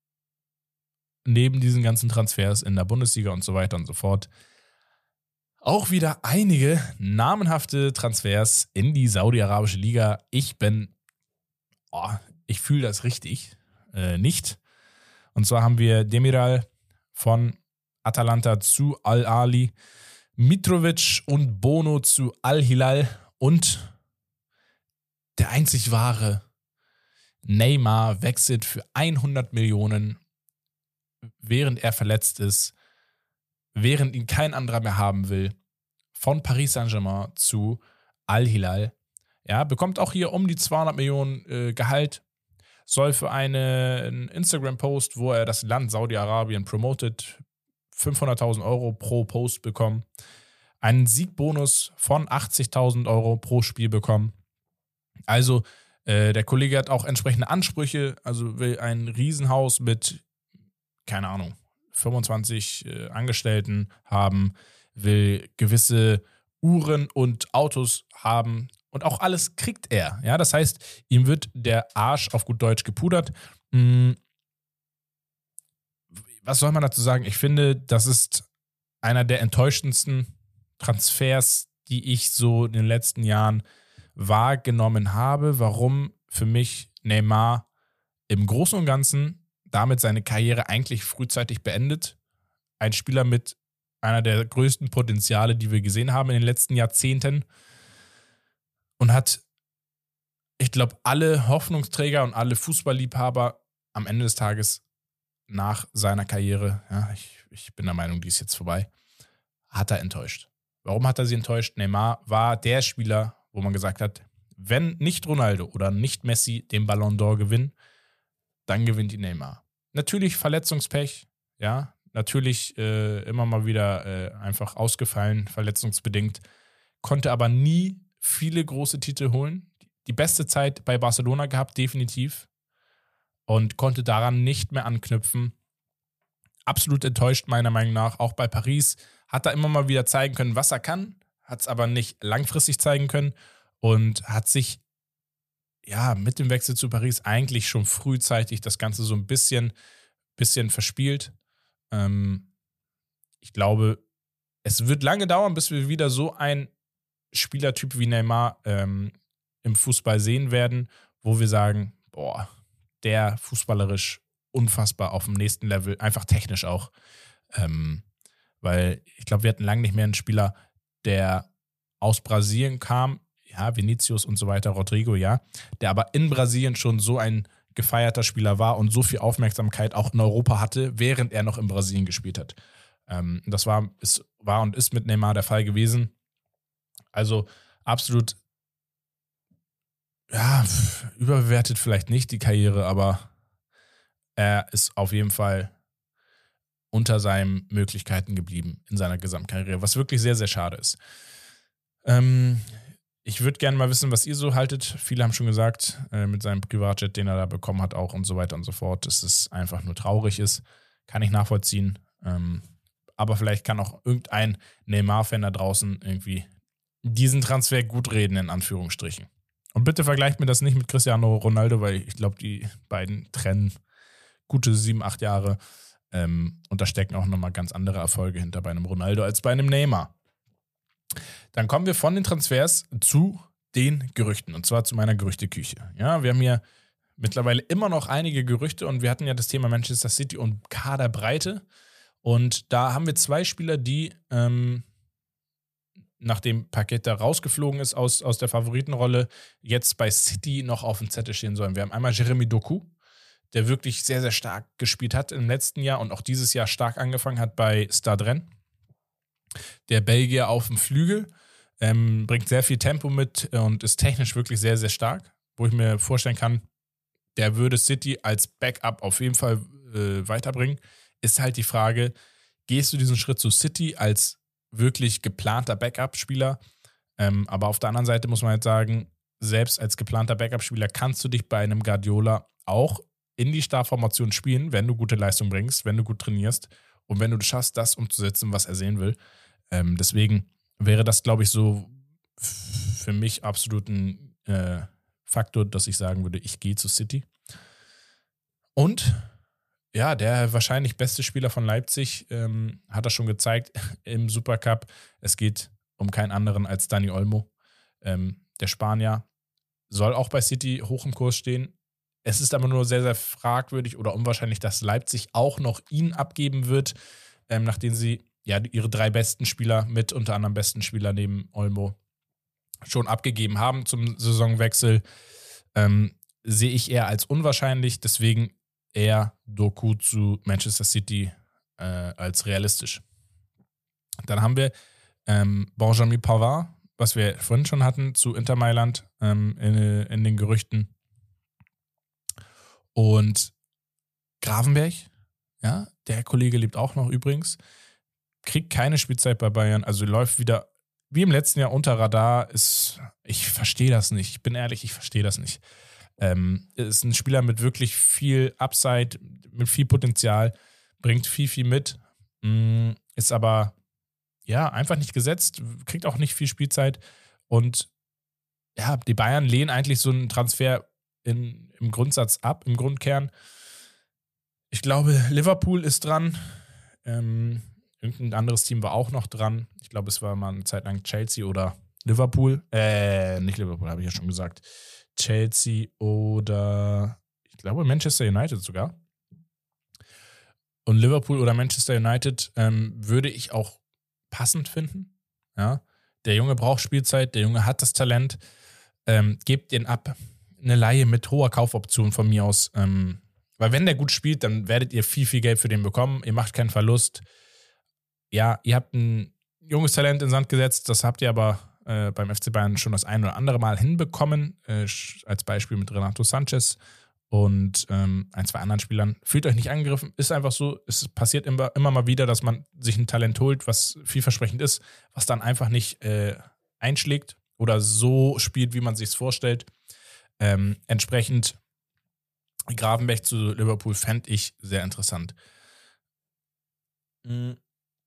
neben diesen ganzen Transfers in der Bundesliga und so weiter und so fort auch wieder einige namenhafte Transfers in die saudi-arabische Liga. Ich bin, oh, ich fühle das richtig, äh, nicht. Und zwar haben wir Demiral von Atalanta zu Al-Ahly, Mitrovic und Bono zu Al-Hilal und der einzig wahre Neymar wechselt für hundert Millionen, während er verletzt ist, während ihn kein anderer mehr haben will, von Paris Saint-Germain zu Al-Hilal. Ja, bekommt auch hier um die zweihundert Millionen äh, Gehalt, soll für eine, einen Instagram-Post, wo er das Land Saudi-Arabien promotet, fünfhunderttausend Euro pro Post bekommen, einen Siegbonus von achtzigtausend Euro pro Spiel bekommen. Also äh, der Kollege hat auch entsprechende Ansprüche, also will ein Riesenhaus mit, keine Ahnung, fünfundzwanzig äh, Angestellten haben, will gewisse Uhren und Autos haben und auch alles kriegt er. Ja, das heißt, ihm wird der Arsch auf gut Deutsch gepudert. Hm, was soll man dazu sagen? Ich finde, das ist einer der enttäuschendsten Transfers, die ich so in den letzten Jahren wahrgenommen habe, warum für mich Neymar im Großen und Ganzen damit seine Karriere eigentlich frühzeitig beendet. Ein Spieler mit einer der größten Potenziale, die wir gesehen haben in den letzten Jahrzehnten und hat, ich glaube, alle Hoffnungsträger und alle Fußballliebhaber am Ende des Tages nach seiner Karriere, ja, ich, ich bin der Meinung, die ist jetzt vorbei, hat er enttäuscht. Warum hat er sie enttäuscht? Neymar war der Spieler, wo man gesagt hat, wenn nicht Ronaldo oder nicht Messi den Ballon d'Or gewinnen, dann gewinnt die Neymar. Natürlich Verletzungspech, ja, natürlich äh, immer mal wieder äh, einfach ausgefallen, verletzungsbedingt, konnte aber nie viele große Titel holen. Die beste Zeit bei Barcelona gehabt, definitiv, und konnte daran nicht mehr anknüpfen. Absolut enttäuscht meiner Meinung nach, auch bei Paris, hat er immer mal wieder zeigen können, was er kann, hat es aber nicht langfristig zeigen können und hat sich ja mit dem Wechsel zu Paris eigentlich schon frühzeitig das Ganze so ein bisschen, bisschen verspielt. Ähm, ich glaube, es wird lange dauern, bis wir wieder so einen Spielertyp wie Neymar ähm, im Fußball sehen werden, wo wir sagen, boah, der fußballerisch unfassbar auf dem nächsten Level, einfach technisch auch. Ähm, weil ich glaube, wir hatten lange nicht mehr einen Spieler, der aus Brasilien kam, ja, Vinicius und so weiter, Rodrigo, ja, der aber in Brasilien schon so ein gefeierter Spieler war und so viel Aufmerksamkeit auch in Europa hatte, während er noch in Brasilien gespielt hat. Ähm, das war, ist, war und ist mit Neymar der Fall gewesen. Also absolut, ja, überbewertet vielleicht nicht die Karriere, aber er ist auf jeden Fall unter seinen Möglichkeiten geblieben in seiner Gesamtkarriere, was wirklich sehr, sehr schade ist. Ähm, ich würde gerne mal wissen, was ihr so haltet. Viele haben schon gesagt, äh, mit seinem Privatjet, den er da bekommen hat, auch und so weiter und so fort, dass es einfach nur traurig ist. Kann ich nachvollziehen. Ähm, aber vielleicht kann auch irgendein Neymar-Fan da draußen irgendwie diesen Transfer gut reden, in Anführungsstrichen. Und bitte vergleicht mir das nicht mit Cristiano Ronaldo, weil ich glaube, die beiden trennen gute sieben, acht Jahre. Ähm, und da stecken auch nochmal ganz andere Erfolge hinter bei einem Ronaldo als bei einem Neymar. Dann kommen wir von den Transfers zu den Gerüchten, und zwar zu meiner Gerüchteküche. Ja, wir haben hier mittlerweile immer noch einige Gerüchte und wir hatten ja das Thema Manchester City und Kaderbreite. Und da haben wir zwei Spieler, die, ähm, nachdem Paqueta rausgeflogen ist aus, aus der Favoritenrolle, jetzt bei City noch auf dem Zettel stehen sollen. Wir haben einmal Jeremy Doku, der wirklich sehr, sehr stark gespielt hat im letzten Jahr und auch dieses Jahr stark angefangen hat bei Stade Rennes. Der Belgier auf dem Flügel, ähm, bringt sehr viel Tempo mit und ist technisch wirklich sehr, sehr stark, wo ich mir vorstellen kann, der würde City als Backup auf jeden Fall äh, weiterbringen. Ist halt die Frage, gehst du diesen Schritt zu City als wirklich geplanter Backup-Spieler? Ähm, aber auf der anderen Seite muss man halt sagen, selbst als geplanter Backup-Spieler kannst du dich bei einem Guardiola auch in die Startformation spielen, wenn du gute Leistung bringst, wenn du gut trainierst und wenn du es schaffst, das umzusetzen, was er sehen will. Ähm, deswegen wäre das, glaube ich, so für mich absolut ein äh, Faktor, dass ich sagen würde, ich gehe zu City. Und ja, der wahrscheinlich beste Spieler von Leipzig ähm, hat das schon gezeigt im Supercup. Es geht um keinen anderen als Dani Olmo. Ähm, der Spanier soll auch bei City hoch im Kurs stehen. Es ist aber nur sehr, sehr fragwürdig oder unwahrscheinlich, dass Leipzig auch noch ihn abgeben wird, ähm, nachdem sie ja ihre drei besten Spieler mit unter anderem besten Spieler neben Olmo schon abgegeben haben zum Saisonwechsel. Ähm, sehe ich eher als unwahrscheinlich, deswegen eher Doku zu Manchester City äh, als realistisch. Dann haben wir ähm, Benjamin Pavard, was wir vorhin schon hatten, zu Inter Mailand ähm, in, in den Gerüchten. Und Gravenberg, ja, der Kollege lebt auch noch übrigens, kriegt keine Spielzeit bei Bayern, also läuft wieder wie im letzten Jahr unter Radar. Ist, ich verstehe das nicht, ich bin ehrlich, ich verstehe das nicht. Ähm, ist ein Spieler mit wirklich viel Upside, mit viel Potenzial, bringt viel, viel mit, mh, ist aber ja einfach nicht gesetzt, kriegt auch nicht viel Spielzeit und ja, die Bayern lehnen eigentlich so einen Transfer in, im Grundsatz ab, im Grundkern. Ich glaube, Liverpool ist dran. Ähm, irgendein anderes Team war auch noch dran. Ich glaube, es war mal eine Zeit lang Chelsea oder Liverpool. Äh, nicht Liverpool, habe ich ja schon gesagt. Chelsea oder ich glaube Manchester United sogar. Und Liverpool oder Manchester United ähm, würde ich auch passend finden. Ja, der Junge braucht Spielzeit, der Junge hat das Talent. Ähm, gebt den ab. Eine Leihe mit hoher Kaufoption von mir aus. Ähm, weil wenn der gut spielt, dann werdet ihr viel, viel Geld für den bekommen. Ihr macht keinen Verlust. Ja, ihr habt ein junges Talent in den Sand gesetzt. Das habt ihr aber äh, beim F C Bayern schon das ein oder andere Mal hinbekommen. Äh, als Beispiel mit Renato Sanchez und ähm, ein, zwei anderen Spielern. Fühlt euch nicht angegriffen. Ist einfach so. Es passiert immer, immer mal wieder, dass man sich ein Talent holt, was vielversprechend ist, was dann einfach nicht äh, einschlägt oder so spielt, wie man sich es vorstellt. Ähm, entsprechend Gravenberg zu Liverpool fände ich sehr interessant. Mhm.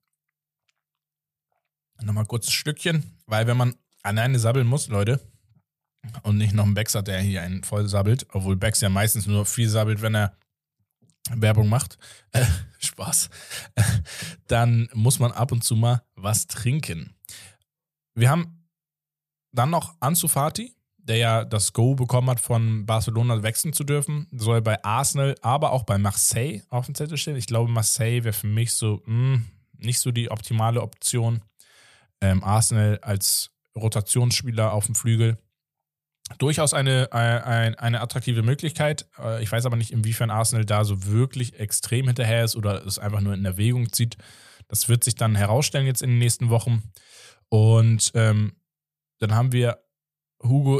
Nochmal kurz ein Stückchen, weil wenn man alleine sabbeln muss, Leute, und nicht noch einen Becks hat, der hier einen voll sabbelt, obwohl Becks ja meistens nur viel sabbelt, wenn er Werbung macht, äh, Spaß, dann muss man ab und zu mal was trinken. Wir haben dann noch Ansu Fati, der ja das Go bekommen hat, von Barcelona wechseln zu dürfen, soll bei Arsenal, aber auch bei Marseille auf dem Zettel stehen. Ich glaube, Marseille wäre für mich so mh, nicht so die optimale Option. Ähm, Arsenal als Rotationsspieler auf dem Flügel durchaus eine, eine, eine attraktive Möglichkeit. Ich weiß aber nicht, inwiefern Arsenal da so wirklich extrem hinterher ist oder es einfach nur in Erwägung zieht. Das wird sich dann herausstellen jetzt in den nächsten Wochen. Und ähm, Dann haben wir Hugo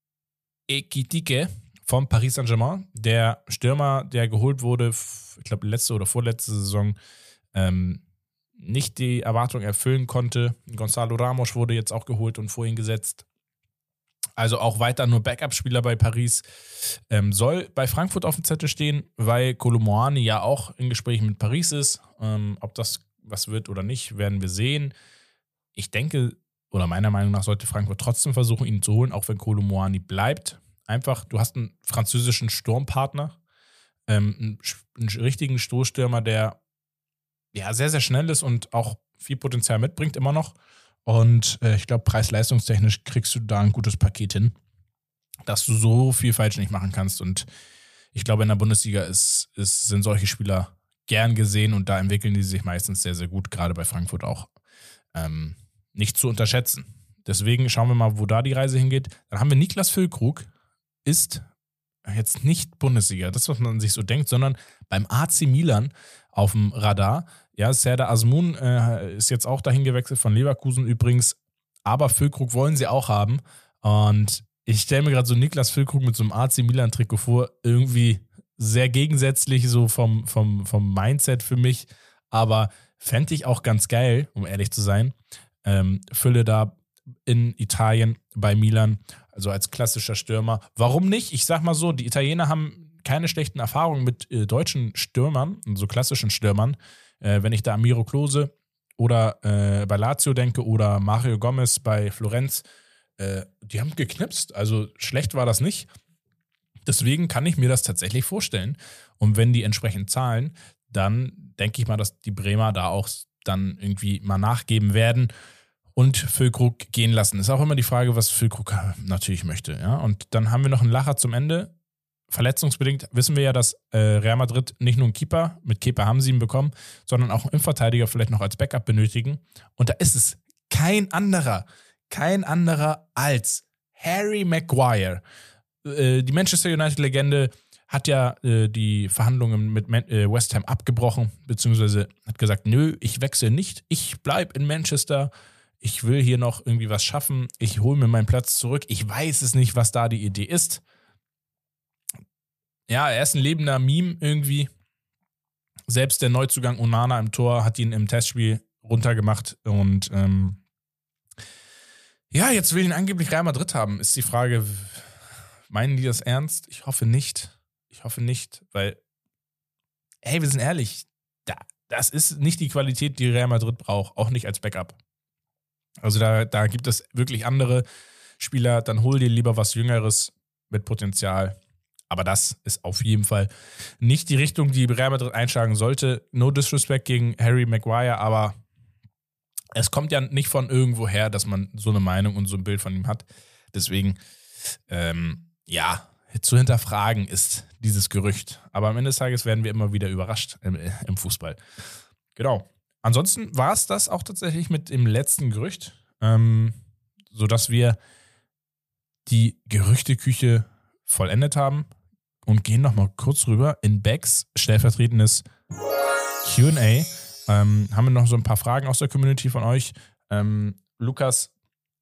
Ekitike vom Paris Saint-Germain, der Stürmer, der geholt wurde, ich glaube letzte oder vorletzte Saison, ähm, nicht die Erwartung erfüllen konnte. Gonzalo Ramos wurde jetzt auch geholt und vorhin gesetzt. Also auch weiter nur Backup-Spieler bei Paris. Ähm, soll bei Frankfurt auf dem Zettel stehen, weil Kolo Muani ja auch in Gesprächen mit Paris ist. Ähm, ob das was wird oder nicht, werden wir sehen. Ich denke, oder meiner Meinung nach sollte Frankfurt trotzdem versuchen, ihn zu holen, auch wenn Kolo Muani bleibt. Einfach, du hast einen französischen Sturmpartner, ähm, einen, einen richtigen Stoßstürmer, der ja sehr, sehr schnell ist und auch viel Potenzial mitbringt immer noch. Und äh, ich glaube, preis-leistungstechnisch kriegst du da ein gutes Paket hin, dass du so viel falsch nicht machen kannst. Und ich glaube, in der Bundesliga ist, ist, sind solche Spieler gern gesehen und da entwickeln die sich meistens sehr, sehr gut, gerade bei Frankfurt auch. Ähm, nicht zu unterschätzen. Deswegen schauen wir mal, wo da die Reise hingeht. Dann haben wir Niklas Füllkrug, ist jetzt nicht Bundesliga, das, was man sich so denkt, sondern beim A C Milan auf dem Radar. Ja, Serdar Azmoun äh, ist jetzt auch dahin gewechselt von Leverkusen übrigens, aber Füllkrug wollen sie auch haben. Und ich stelle mir gerade so Niklas Füllkrug mit so einem A C Milan-Trikot vor, irgendwie sehr gegensätzlich so vom, vom, vom Mindset für mich, aber fände ich auch ganz geil, um ehrlich zu sein. Ähm, Fülle da in Italien bei Milan, also als klassischer Stürmer. Warum nicht? Ich sag mal so, die Italiener haben keine schlechten Erfahrungen mit äh, deutschen Stürmern, so klassischen Stürmern. Äh, wenn ich da an Miro Klose oder äh, bei Lazio denke oder Mario Gomez bei Florenz, äh, die haben geknipst. Also schlecht war das nicht. Deswegen kann ich mir das tatsächlich vorstellen. Und wenn die entsprechend zahlen, dann denke ich mal, dass die Bremer da auch dann irgendwie mal nachgeben werden und Füllkrug gehen lassen. Ist auch immer die Frage, was Füllkrug natürlich möchte. Ja? Und dann haben wir noch einen Lacher zum Ende. Verletzungsbedingt wissen wir ja, dass äh, Real Madrid nicht nur einen Keeper, mit Kepa haben sie ihn bekommen, sondern auch einen Innenverteidiger vielleicht noch als Backup benötigen. Und da ist es kein anderer, kein anderer als Harry Maguire. Äh, die Manchester United-Legende hat ja äh, die Verhandlungen mit Man- äh, West Ham abgebrochen, beziehungsweise hat gesagt, nö, ich wechsle nicht, ich bleibe in Manchester, ich will hier noch irgendwie was schaffen, ich hole mir meinen Platz zurück, ich weiß es nicht, was da die Idee ist. Ja, er ist ein lebender Meme irgendwie. Selbst der Neuzugang Onana im Tor hat ihn im Testspiel runtergemacht und ähm, ja, jetzt will ihn angeblich Real Madrid haben. Ist die Frage, meinen die das ernst? Ich hoffe nicht. Ich hoffe nicht, weil, hey, wir sind ehrlich, da, das ist nicht die Qualität, die Real Madrid braucht, auch nicht als Backup. Also da, da gibt es wirklich andere Spieler, dann hol dir lieber was Jüngeres mit Potenzial. Aber das ist auf jeden Fall nicht die Richtung, die Real Madrid einschlagen sollte. No disrespect gegen Harry Maguire, aber es kommt ja nicht von irgendwo her, dass man so eine Meinung und so ein Bild von ihm hat. Deswegen, ähm, ja, zu hinterfragen ist dieses Gerücht. Aber am Ende des Tages werden wir immer wieder überrascht im, im Fußball. Genau. Ansonsten war es das auch tatsächlich mit dem letzten Gerücht, ähm, sodass wir die Gerüchteküche vollendet haben und gehen nochmal kurz rüber in Becks stellvertretendes Q und A. Ähm, haben wir noch so ein paar Fragen aus der Community von euch. Ähm, Lukas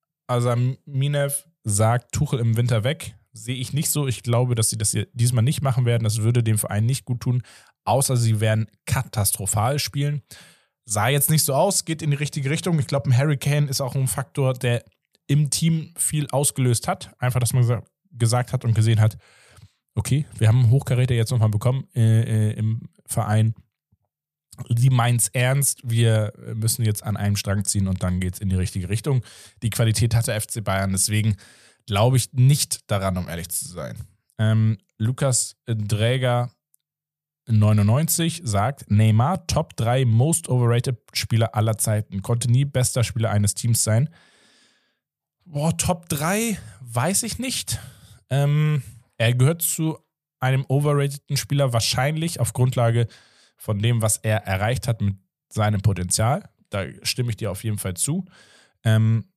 Asaminev sagt, Tuchel im Winter weg. Sehe ich nicht so. Ich glaube, dass sie das hier diesmal nicht machen werden. Das würde dem Verein nicht gut tun, außer sie werden katastrophal spielen. Sah jetzt nicht so aus, geht in die richtige Richtung. Ich glaube, ein Harry Kane ist auch ein Faktor, der im Team viel ausgelöst hat. Einfach, dass man gesagt, gesagt hat und gesehen hat, okay, wir haben einen Hochkaräter jetzt nochmal bekommen äh, im Verein. Die meinen es ernst, wir müssen jetzt an einem Strang ziehen und dann geht es in die richtige Richtung. Die Qualität hat der F C Bayern, deswegen glaube ich nicht daran, um ehrlich zu sein. Ähm, Lukas Dräger neunundneunzig sagt, Neymar, Top drei Most Overrated Spieler aller Zeiten. Konnte nie bester Spieler eines Teams sein. Boah, Top drei weiß ich nicht. Ähm, er gehört zu einem overrateden Spieler, wahrscheinlich auf Grundlage von dem, was er erreicht hat mit seinem Potenzial. Da stimme ich dir auf jeden Fall zu. Ähm,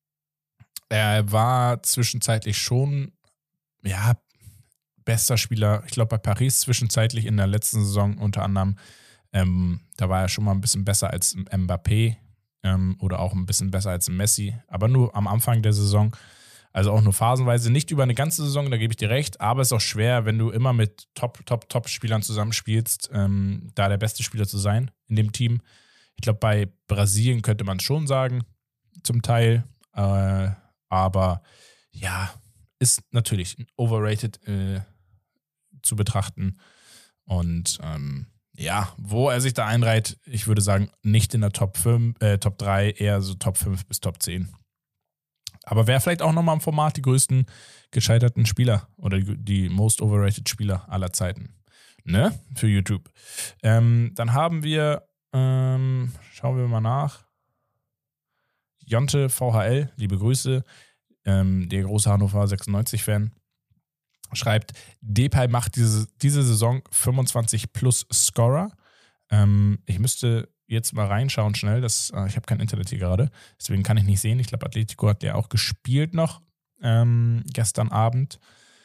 er war zwischenzeitlich schon, ja, bester Spieler, ich glaube bei Paris zwischenzeitlich in der letzten Saison unter anderem. Ähm, da war er schon mal ein bisschen besser als Mbappé. ähm, oder auch ein bisschen besser als Messi, aber nur am Anfang der Saison, also auch nur phasenweise, nicht über eine ganze Saison, da gebe ich dir recht, aber es ist auch schwer, wenn du immer mit Top, Top, Top-Spielern zusammenspielst, ähm, da der beste Spieler zu sein in dem Team. Ich glaube, bei Brasilien könnte man es schon sagen, zum Teil, äh, aber ja, ist natürlich overrated äh, zu betrachten und ähm, ja, wo er sich da einreiht, ich würde sagen, nicht in der Top fünf, äh, Top drei, eher so Top fünf bis Top zehn. Aber wäre vielleicht auch nochmal im Format die größten gescheiterten Spieler oder die, die most overrated Spieler aller Zeiten. Ne? Für YouTube. Ähm, dann haben wir, ähm, schauen wir mal nach. Jonte V H L, liebe Grüße. Ähm, der große Hannover sechsundneunzig-Fan. Schreibt, Depay macht diese, diese Saison fünfundzwanzig plus Scorer. Ähm, ich müsste jetzt mal reinschauen schnell. Das, äh, ich habe kein Internet hier gerade, deswegen kann ich nicht sehen. Ich glaube, Atletico hat ja auch gespielt noch ähm, gestern Abend.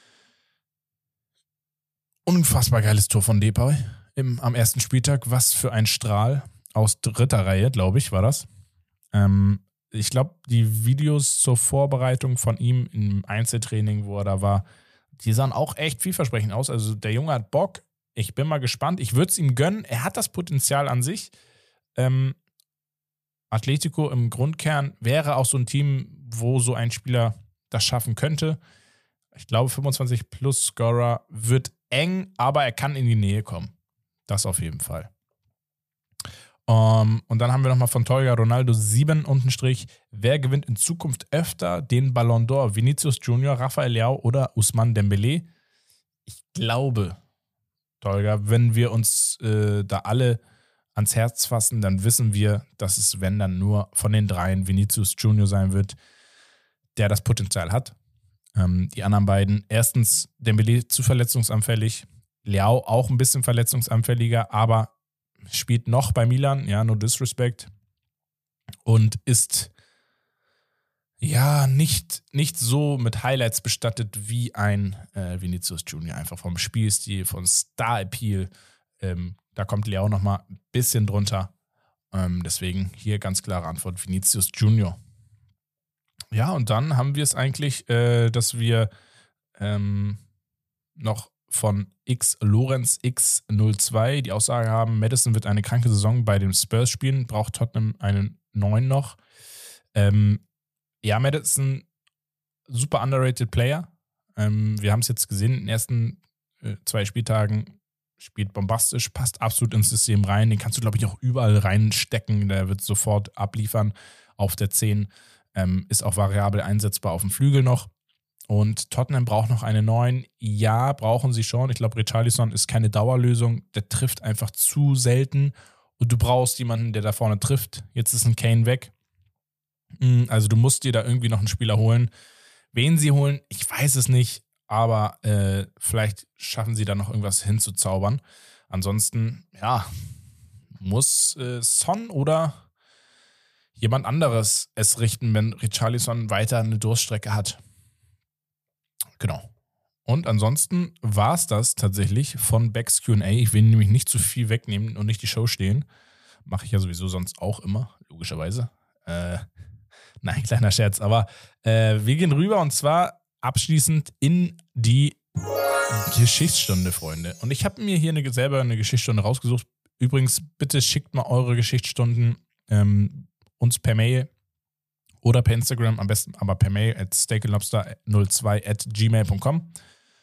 Unfassbar geiles Tor von Depay im, am ersten Spieltag. Was für ein Strahl aus dritter Reihe, glaube ich, war das. Ähm, ich glaube, die Videos zur Vorbereitung von ihm im Einzeltraining, wo er da war, die sahen auch echt vielversprechend aus. Also der Junge hat Bock. Ich bin mal gespannt. Ich würde es ihm gönnen. Er hat das Potenzial an sich. Ähm, Atletico im Grundkern wäre auch so ein Team, wo so ein Spieler das schaffen könnte. Ich glaube, fünfundzwanzig plus Scorer wird eng, aber er kann in die Nähe kommen. Das auf jeden Fall. Um, und dann haben wir nochmal von Tolga Ronaldo sieben unten Strich. Wer gewinnt in Zukunft öfter den Ballon d'Or? Vinicius Junior, Rafael Leao oder Ousmane Dembélé? Ich glaube, Tolga, wenn wir uns äh, da alle ans Herz fassen, dann wissen wir, dass es, wenn dann nur von den dreien Vinicius Junior sein wird, der das Potenzial hat. Ähm, die anderen beiden, erstens Dembélé zu verletzungsanfällig, Leao auch ein bisschen verletzungsanfälliger, aber spielt noch bei Milan, ja, no disrespect, und ist ja nicht, nicht so mit Highlights bestattet wie ein äh, Vinicius Junior, einfach vom Spielstil, von Star-Appeal. Ähm, da kommt Leao nochmal ein bisschen drunter. Ähm, deswegen hier ganz klare Antwort, Vinicius Junior. Ja, und dann haben wir es eigentlich, äh, dass wir ähm, noch von X Lorenz X null zwei die Aussage haben, Maddison wird eine kranke Saison bei den Spurs spielen, braucht Tottenham einen neuen noch. Ähm, ja, Maddison, super underrated Player. Ähm, wir haben es jetzt gesehen in den ersten äh, zwei Spieltagen, spielt bombastisch, passt absolut ins System rein. Den kannst du, glaube ich, auch überall reinstecken. Der wird sofort abliefern auf der zehn. Ähm, ist auch variabel einsetzbar auf dem Flügel noch. Und Tottenham braucht noch einen neuen. Ja, brauchen sie schon. Ich glaube, Richarlison ist keine Dauerlösung. Der trifft einfach zu selten. Und du brauchst jemanden, der da vorne trifft. Jetzt ist ein Kane weg. Also du musst dir da irgendwie noch einen Spieler holen. Wen sie holen, ich weiß es nicht. Aber äh, vielleicht schaffen sie da noch irgendwas hinzuzaubern. Ansonsten, ja, muss äh, Son oder jemand anderes es richten, wenn Richarlison weiter eine Durststrecke hat. Genau. Und ansonsten war es das tatsächlich von Becks Q und A. Ich will nämlich nicht zu viel wegnehmen und nicht die Show stehen. Mache ich ja sowieso sonst auch immer, logischerweise. Äh, nein, kleiner Scherz. Aber äh, wir gehen rüber und zwar abschließend in die Geschichtsstunde, Freunde. Und ich habe mir hier eine, selber eine Geschichtsstunde rausgesucht. Übrigens, bitte schickt mal eure Geschichtsstunden ähm, uns per Mail. Oder per Instagram, am besten aber per Mail at steakandlobster null zwei at gmail punkt com.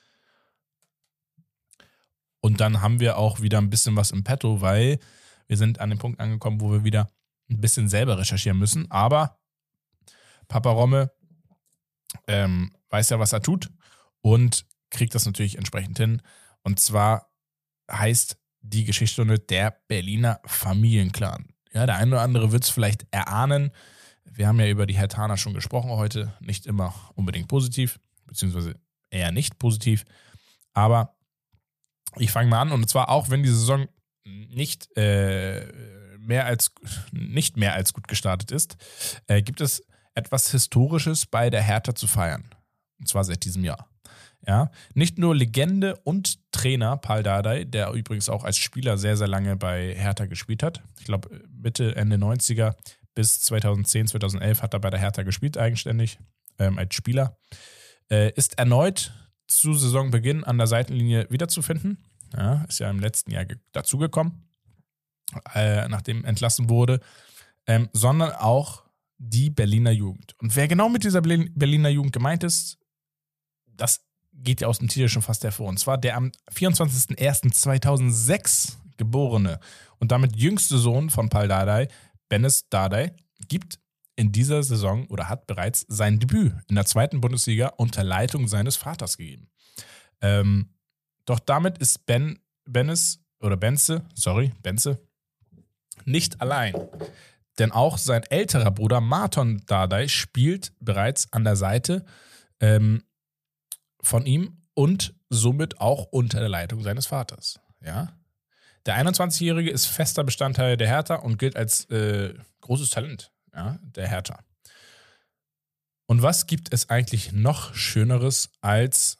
Und dann haben wir auch wieder ein bisschen was im Petto, weil wir sind an dem Punkt angekommen, wo wir wieder ein bisschen selber recherchieren müssen. Aber Papa Romme ähm, weiß ja, was er tut und kriegt das natürlich entsprechend hin. Und zwar heißt die Geschichtsstunde der Berliner Familienclan. Ja, der eine oder andere wird es vielleicht erahnen. Wir haben ja über die Herthaner schon gesprochen heute, nicht immer unbedingt positiv, beziehungsweise eher nicht positiv, aber ich fange mal an, und zwar auch, wenn die Saison nicht, äh, mehr, als, nicht mehr als gut gestartet ist, äh, gibt es etwas Historisches bei der Hertha zu feiern, und zwar seit diesem Jahr. Ja, nicht nur Legende und Trainer Pal Dardai, der übrigens auch als Spieler sehr, sehr lange bei Hertha gespielt hat. Ich glaube, Mitte, Ende neunziger bis zweitausendzehn, zweitausendelf hat er bei der Hertha gespielt, eigenständig, ähm, als Spieler. Äh, ist erneut zu Saisonbeginn an der Seitenlinie wiederzufinden. Ja, ist ja im letzten Jahr ge- dazugekommen, äh, nachdem entlassen wurde. Ähm, sondern auch die Berliner Jugend. Und wer genau mit dieser Berliner Jugend gemeint ist, das geht ja aus dem Titel schon fast hervor. Und zwar der am vierundzwanzigsten ersten zweitausendsechs geborene und damit jüngste Sohn von Pal Dardai, Benes Dardai, gibt in dieser Saison oder hat bereits sein Debüt in der zweiten Bundesliga unter Leitung seines Vaters gegeben. Ähm, doch damit ist Ben, Benes oder Benze, sorry, Benze, nicht allein. Denn auch sein älterer Bruder Marton Dardai spielt bereits an der Seite ähm, von ihm und somit auch unter der Leitung seines Vaters. Ja? Der einundzwanzigjährige ist fester Bestandteil der Hertha und gilt als äh, großes Talent, ja, der Hertha. Und was gibt es eigentlich noch Schöneres als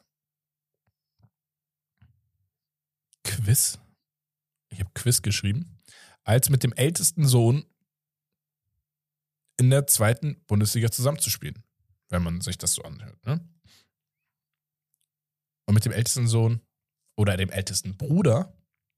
Quiz? Ich habe Quiz geschrieben. Als mit dem ältesten Sohn in der zweiten Bundesliga zusammenzuspielen, wenn man sich das so anhört. Ne? Und mit dem ältesten Sohn oder dem ältesten Bruder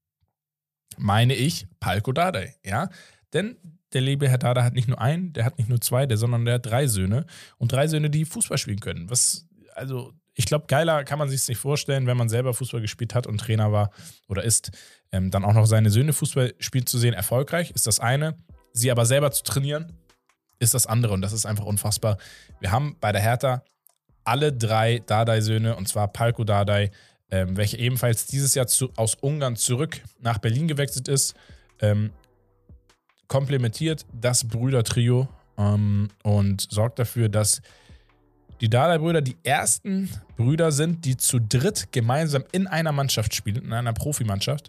meine ich Palko Dardai, ja? Denn der liebe Herr Dardai hat nicht nur einen, der hat nicht nur zwei, der, sondern der hat drei Söhne und drei Söhne, die Fußball spielen können. Was, also ich glaube, geiler kann man sich es nicht vorstellen, wenn man selber Fußball gespielt hat und Trainer war oder ist, ähm, dann auch noch seine Söhne Fußball spielen zu sehen, erfolgreich, ist das eine. Sie aber selber zu trainieren, ist das andere und das ist einfach unfassbar. Wir haben bei der Hertha alle drei Dardai-Söhne, und zwar Palko Dardai, ähm, welcher ebenfalls dieses Jahr zu, aus Ungarn zurück nach Berlin gewechselt ist, ähm, komplementiert das Brüdertrio ähm, und sorgt dafür, dass die Dardai-Brüder die ersten Brüder sind, die zu dritt gemeinsam in einer Mannschaft spielen, in einer Profimannschaft,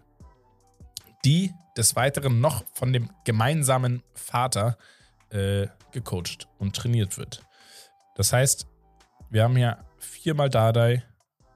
die des Weiteren noch von dem gemeinsamen Vater äh, gecoacht und trainiert wird. Das heißt, wir haben hier viermal Dardai,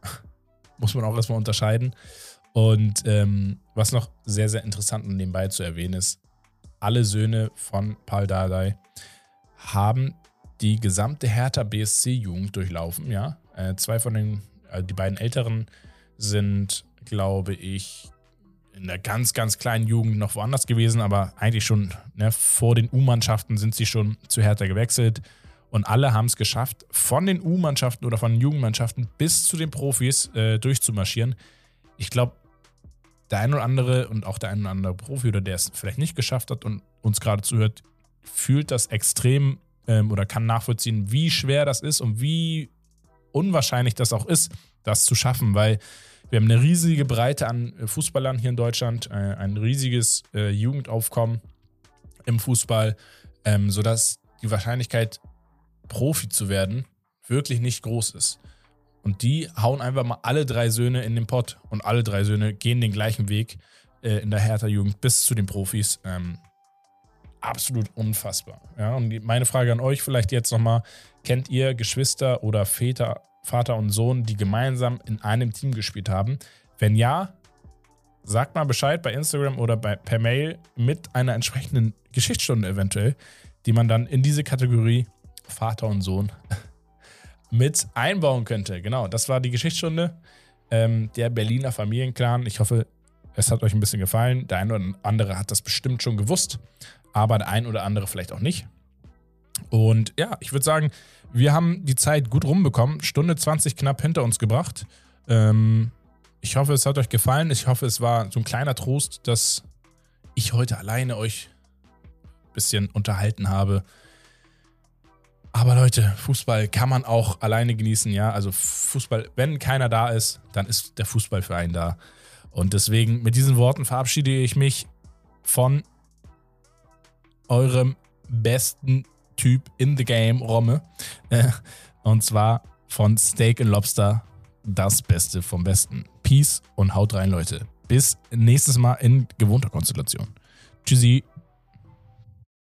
muss man auch erstmal unterscheiden. Und ähm, was noch sehr, sehr interessant und nebenbei zu erwähnen ist, alle Söhne von Pal Dardai haben die gesamte Hertha B S C-Jugend durchlaufen, ja. Äh, zwei von den, äh, die beiden Älteren sind, glaube ich, in der ganz, ganz kleinen Jugend noch woanders gewesen, aber eigentlich schon, ne, vor den U-Mannschaften sind sie schon zu Hertha gewechselt. Und alle haben es geschafft, von den U-Mannschaften oder von den Jugendmannschaften bis zu den Profis äh, durchzumarschieren. Ich glaube, der ein oder andere und auch der ein oder andere Profi oder der es vielleicht nicht geschafft hat und uns gerade zuhört, fühlt das extrem ähm, oder kann nachvollziehen, wie schwer das ist und wie unwahrscheinlich das auch ist, das zu schaffen, weil wir haben eine riesige Breite an Fußballern hier in Deutschland, äh, ein riesiges äh, Jugendaufkommen im Fußball, ähm, sodass die Wahrscheinlichkeit, Profi zu werden, wirklich nicht groß ist. Und die hauen einfach mal alle drei Söhne in den Pott und alle drei Söhne gehen den gleichen Weg äh, in der Hertha-Jugend bis zu den Profis. Ähm, absolut unfassbar. Ja, und die, meine Frage an euch vielleicht jetzt nochmal, kennt ihr Geschwister oder Väter, Vater und Sohn, die gemeinsam in einem Team gespielt haben? Wenn ja, sagt mal Bescheid bei Instagram oder bei, per Mail mit einer entsprechenden Geschichtsstunde eventuell, die man dann in diese Kategorie Vater und Sohn mit einbauen könnte. Genau, das war die Geschichtsstunde, ähm, der Berliner Familienclan. Ich hoffe, es hat euch ein bisschen gefallen. Der eine oder andere hat das bestimmt schon gewusst, aber der ein oder andere vielleicht auch nicht. Und ja, ich würde sagen, wir haben die Zeit gut rumbekommen. Stunde zwanzig knapp hinter uns gebracht. Ähm, ich hoffe, es hat euch gefallen. Ich hoffe, es war so ein kleiner Trost, dass ich heute alleine euch ein bisschen unterhalten habe. Aber Leute, Fußball kann man auch alleine genießen, ja. Also Fußball, wenn keiner da ist, dann ist der Fußball für einen da. Und deswegen mit diesen Worten verabschiede ich mich von eurem besten Typ in the game, Romme. Und zwar von Steak and Lobster, das Beste vom Besten. Peace und haut rein, Leute. Bis nächstes Mal in gewohnter Konstellation. Tschüssi.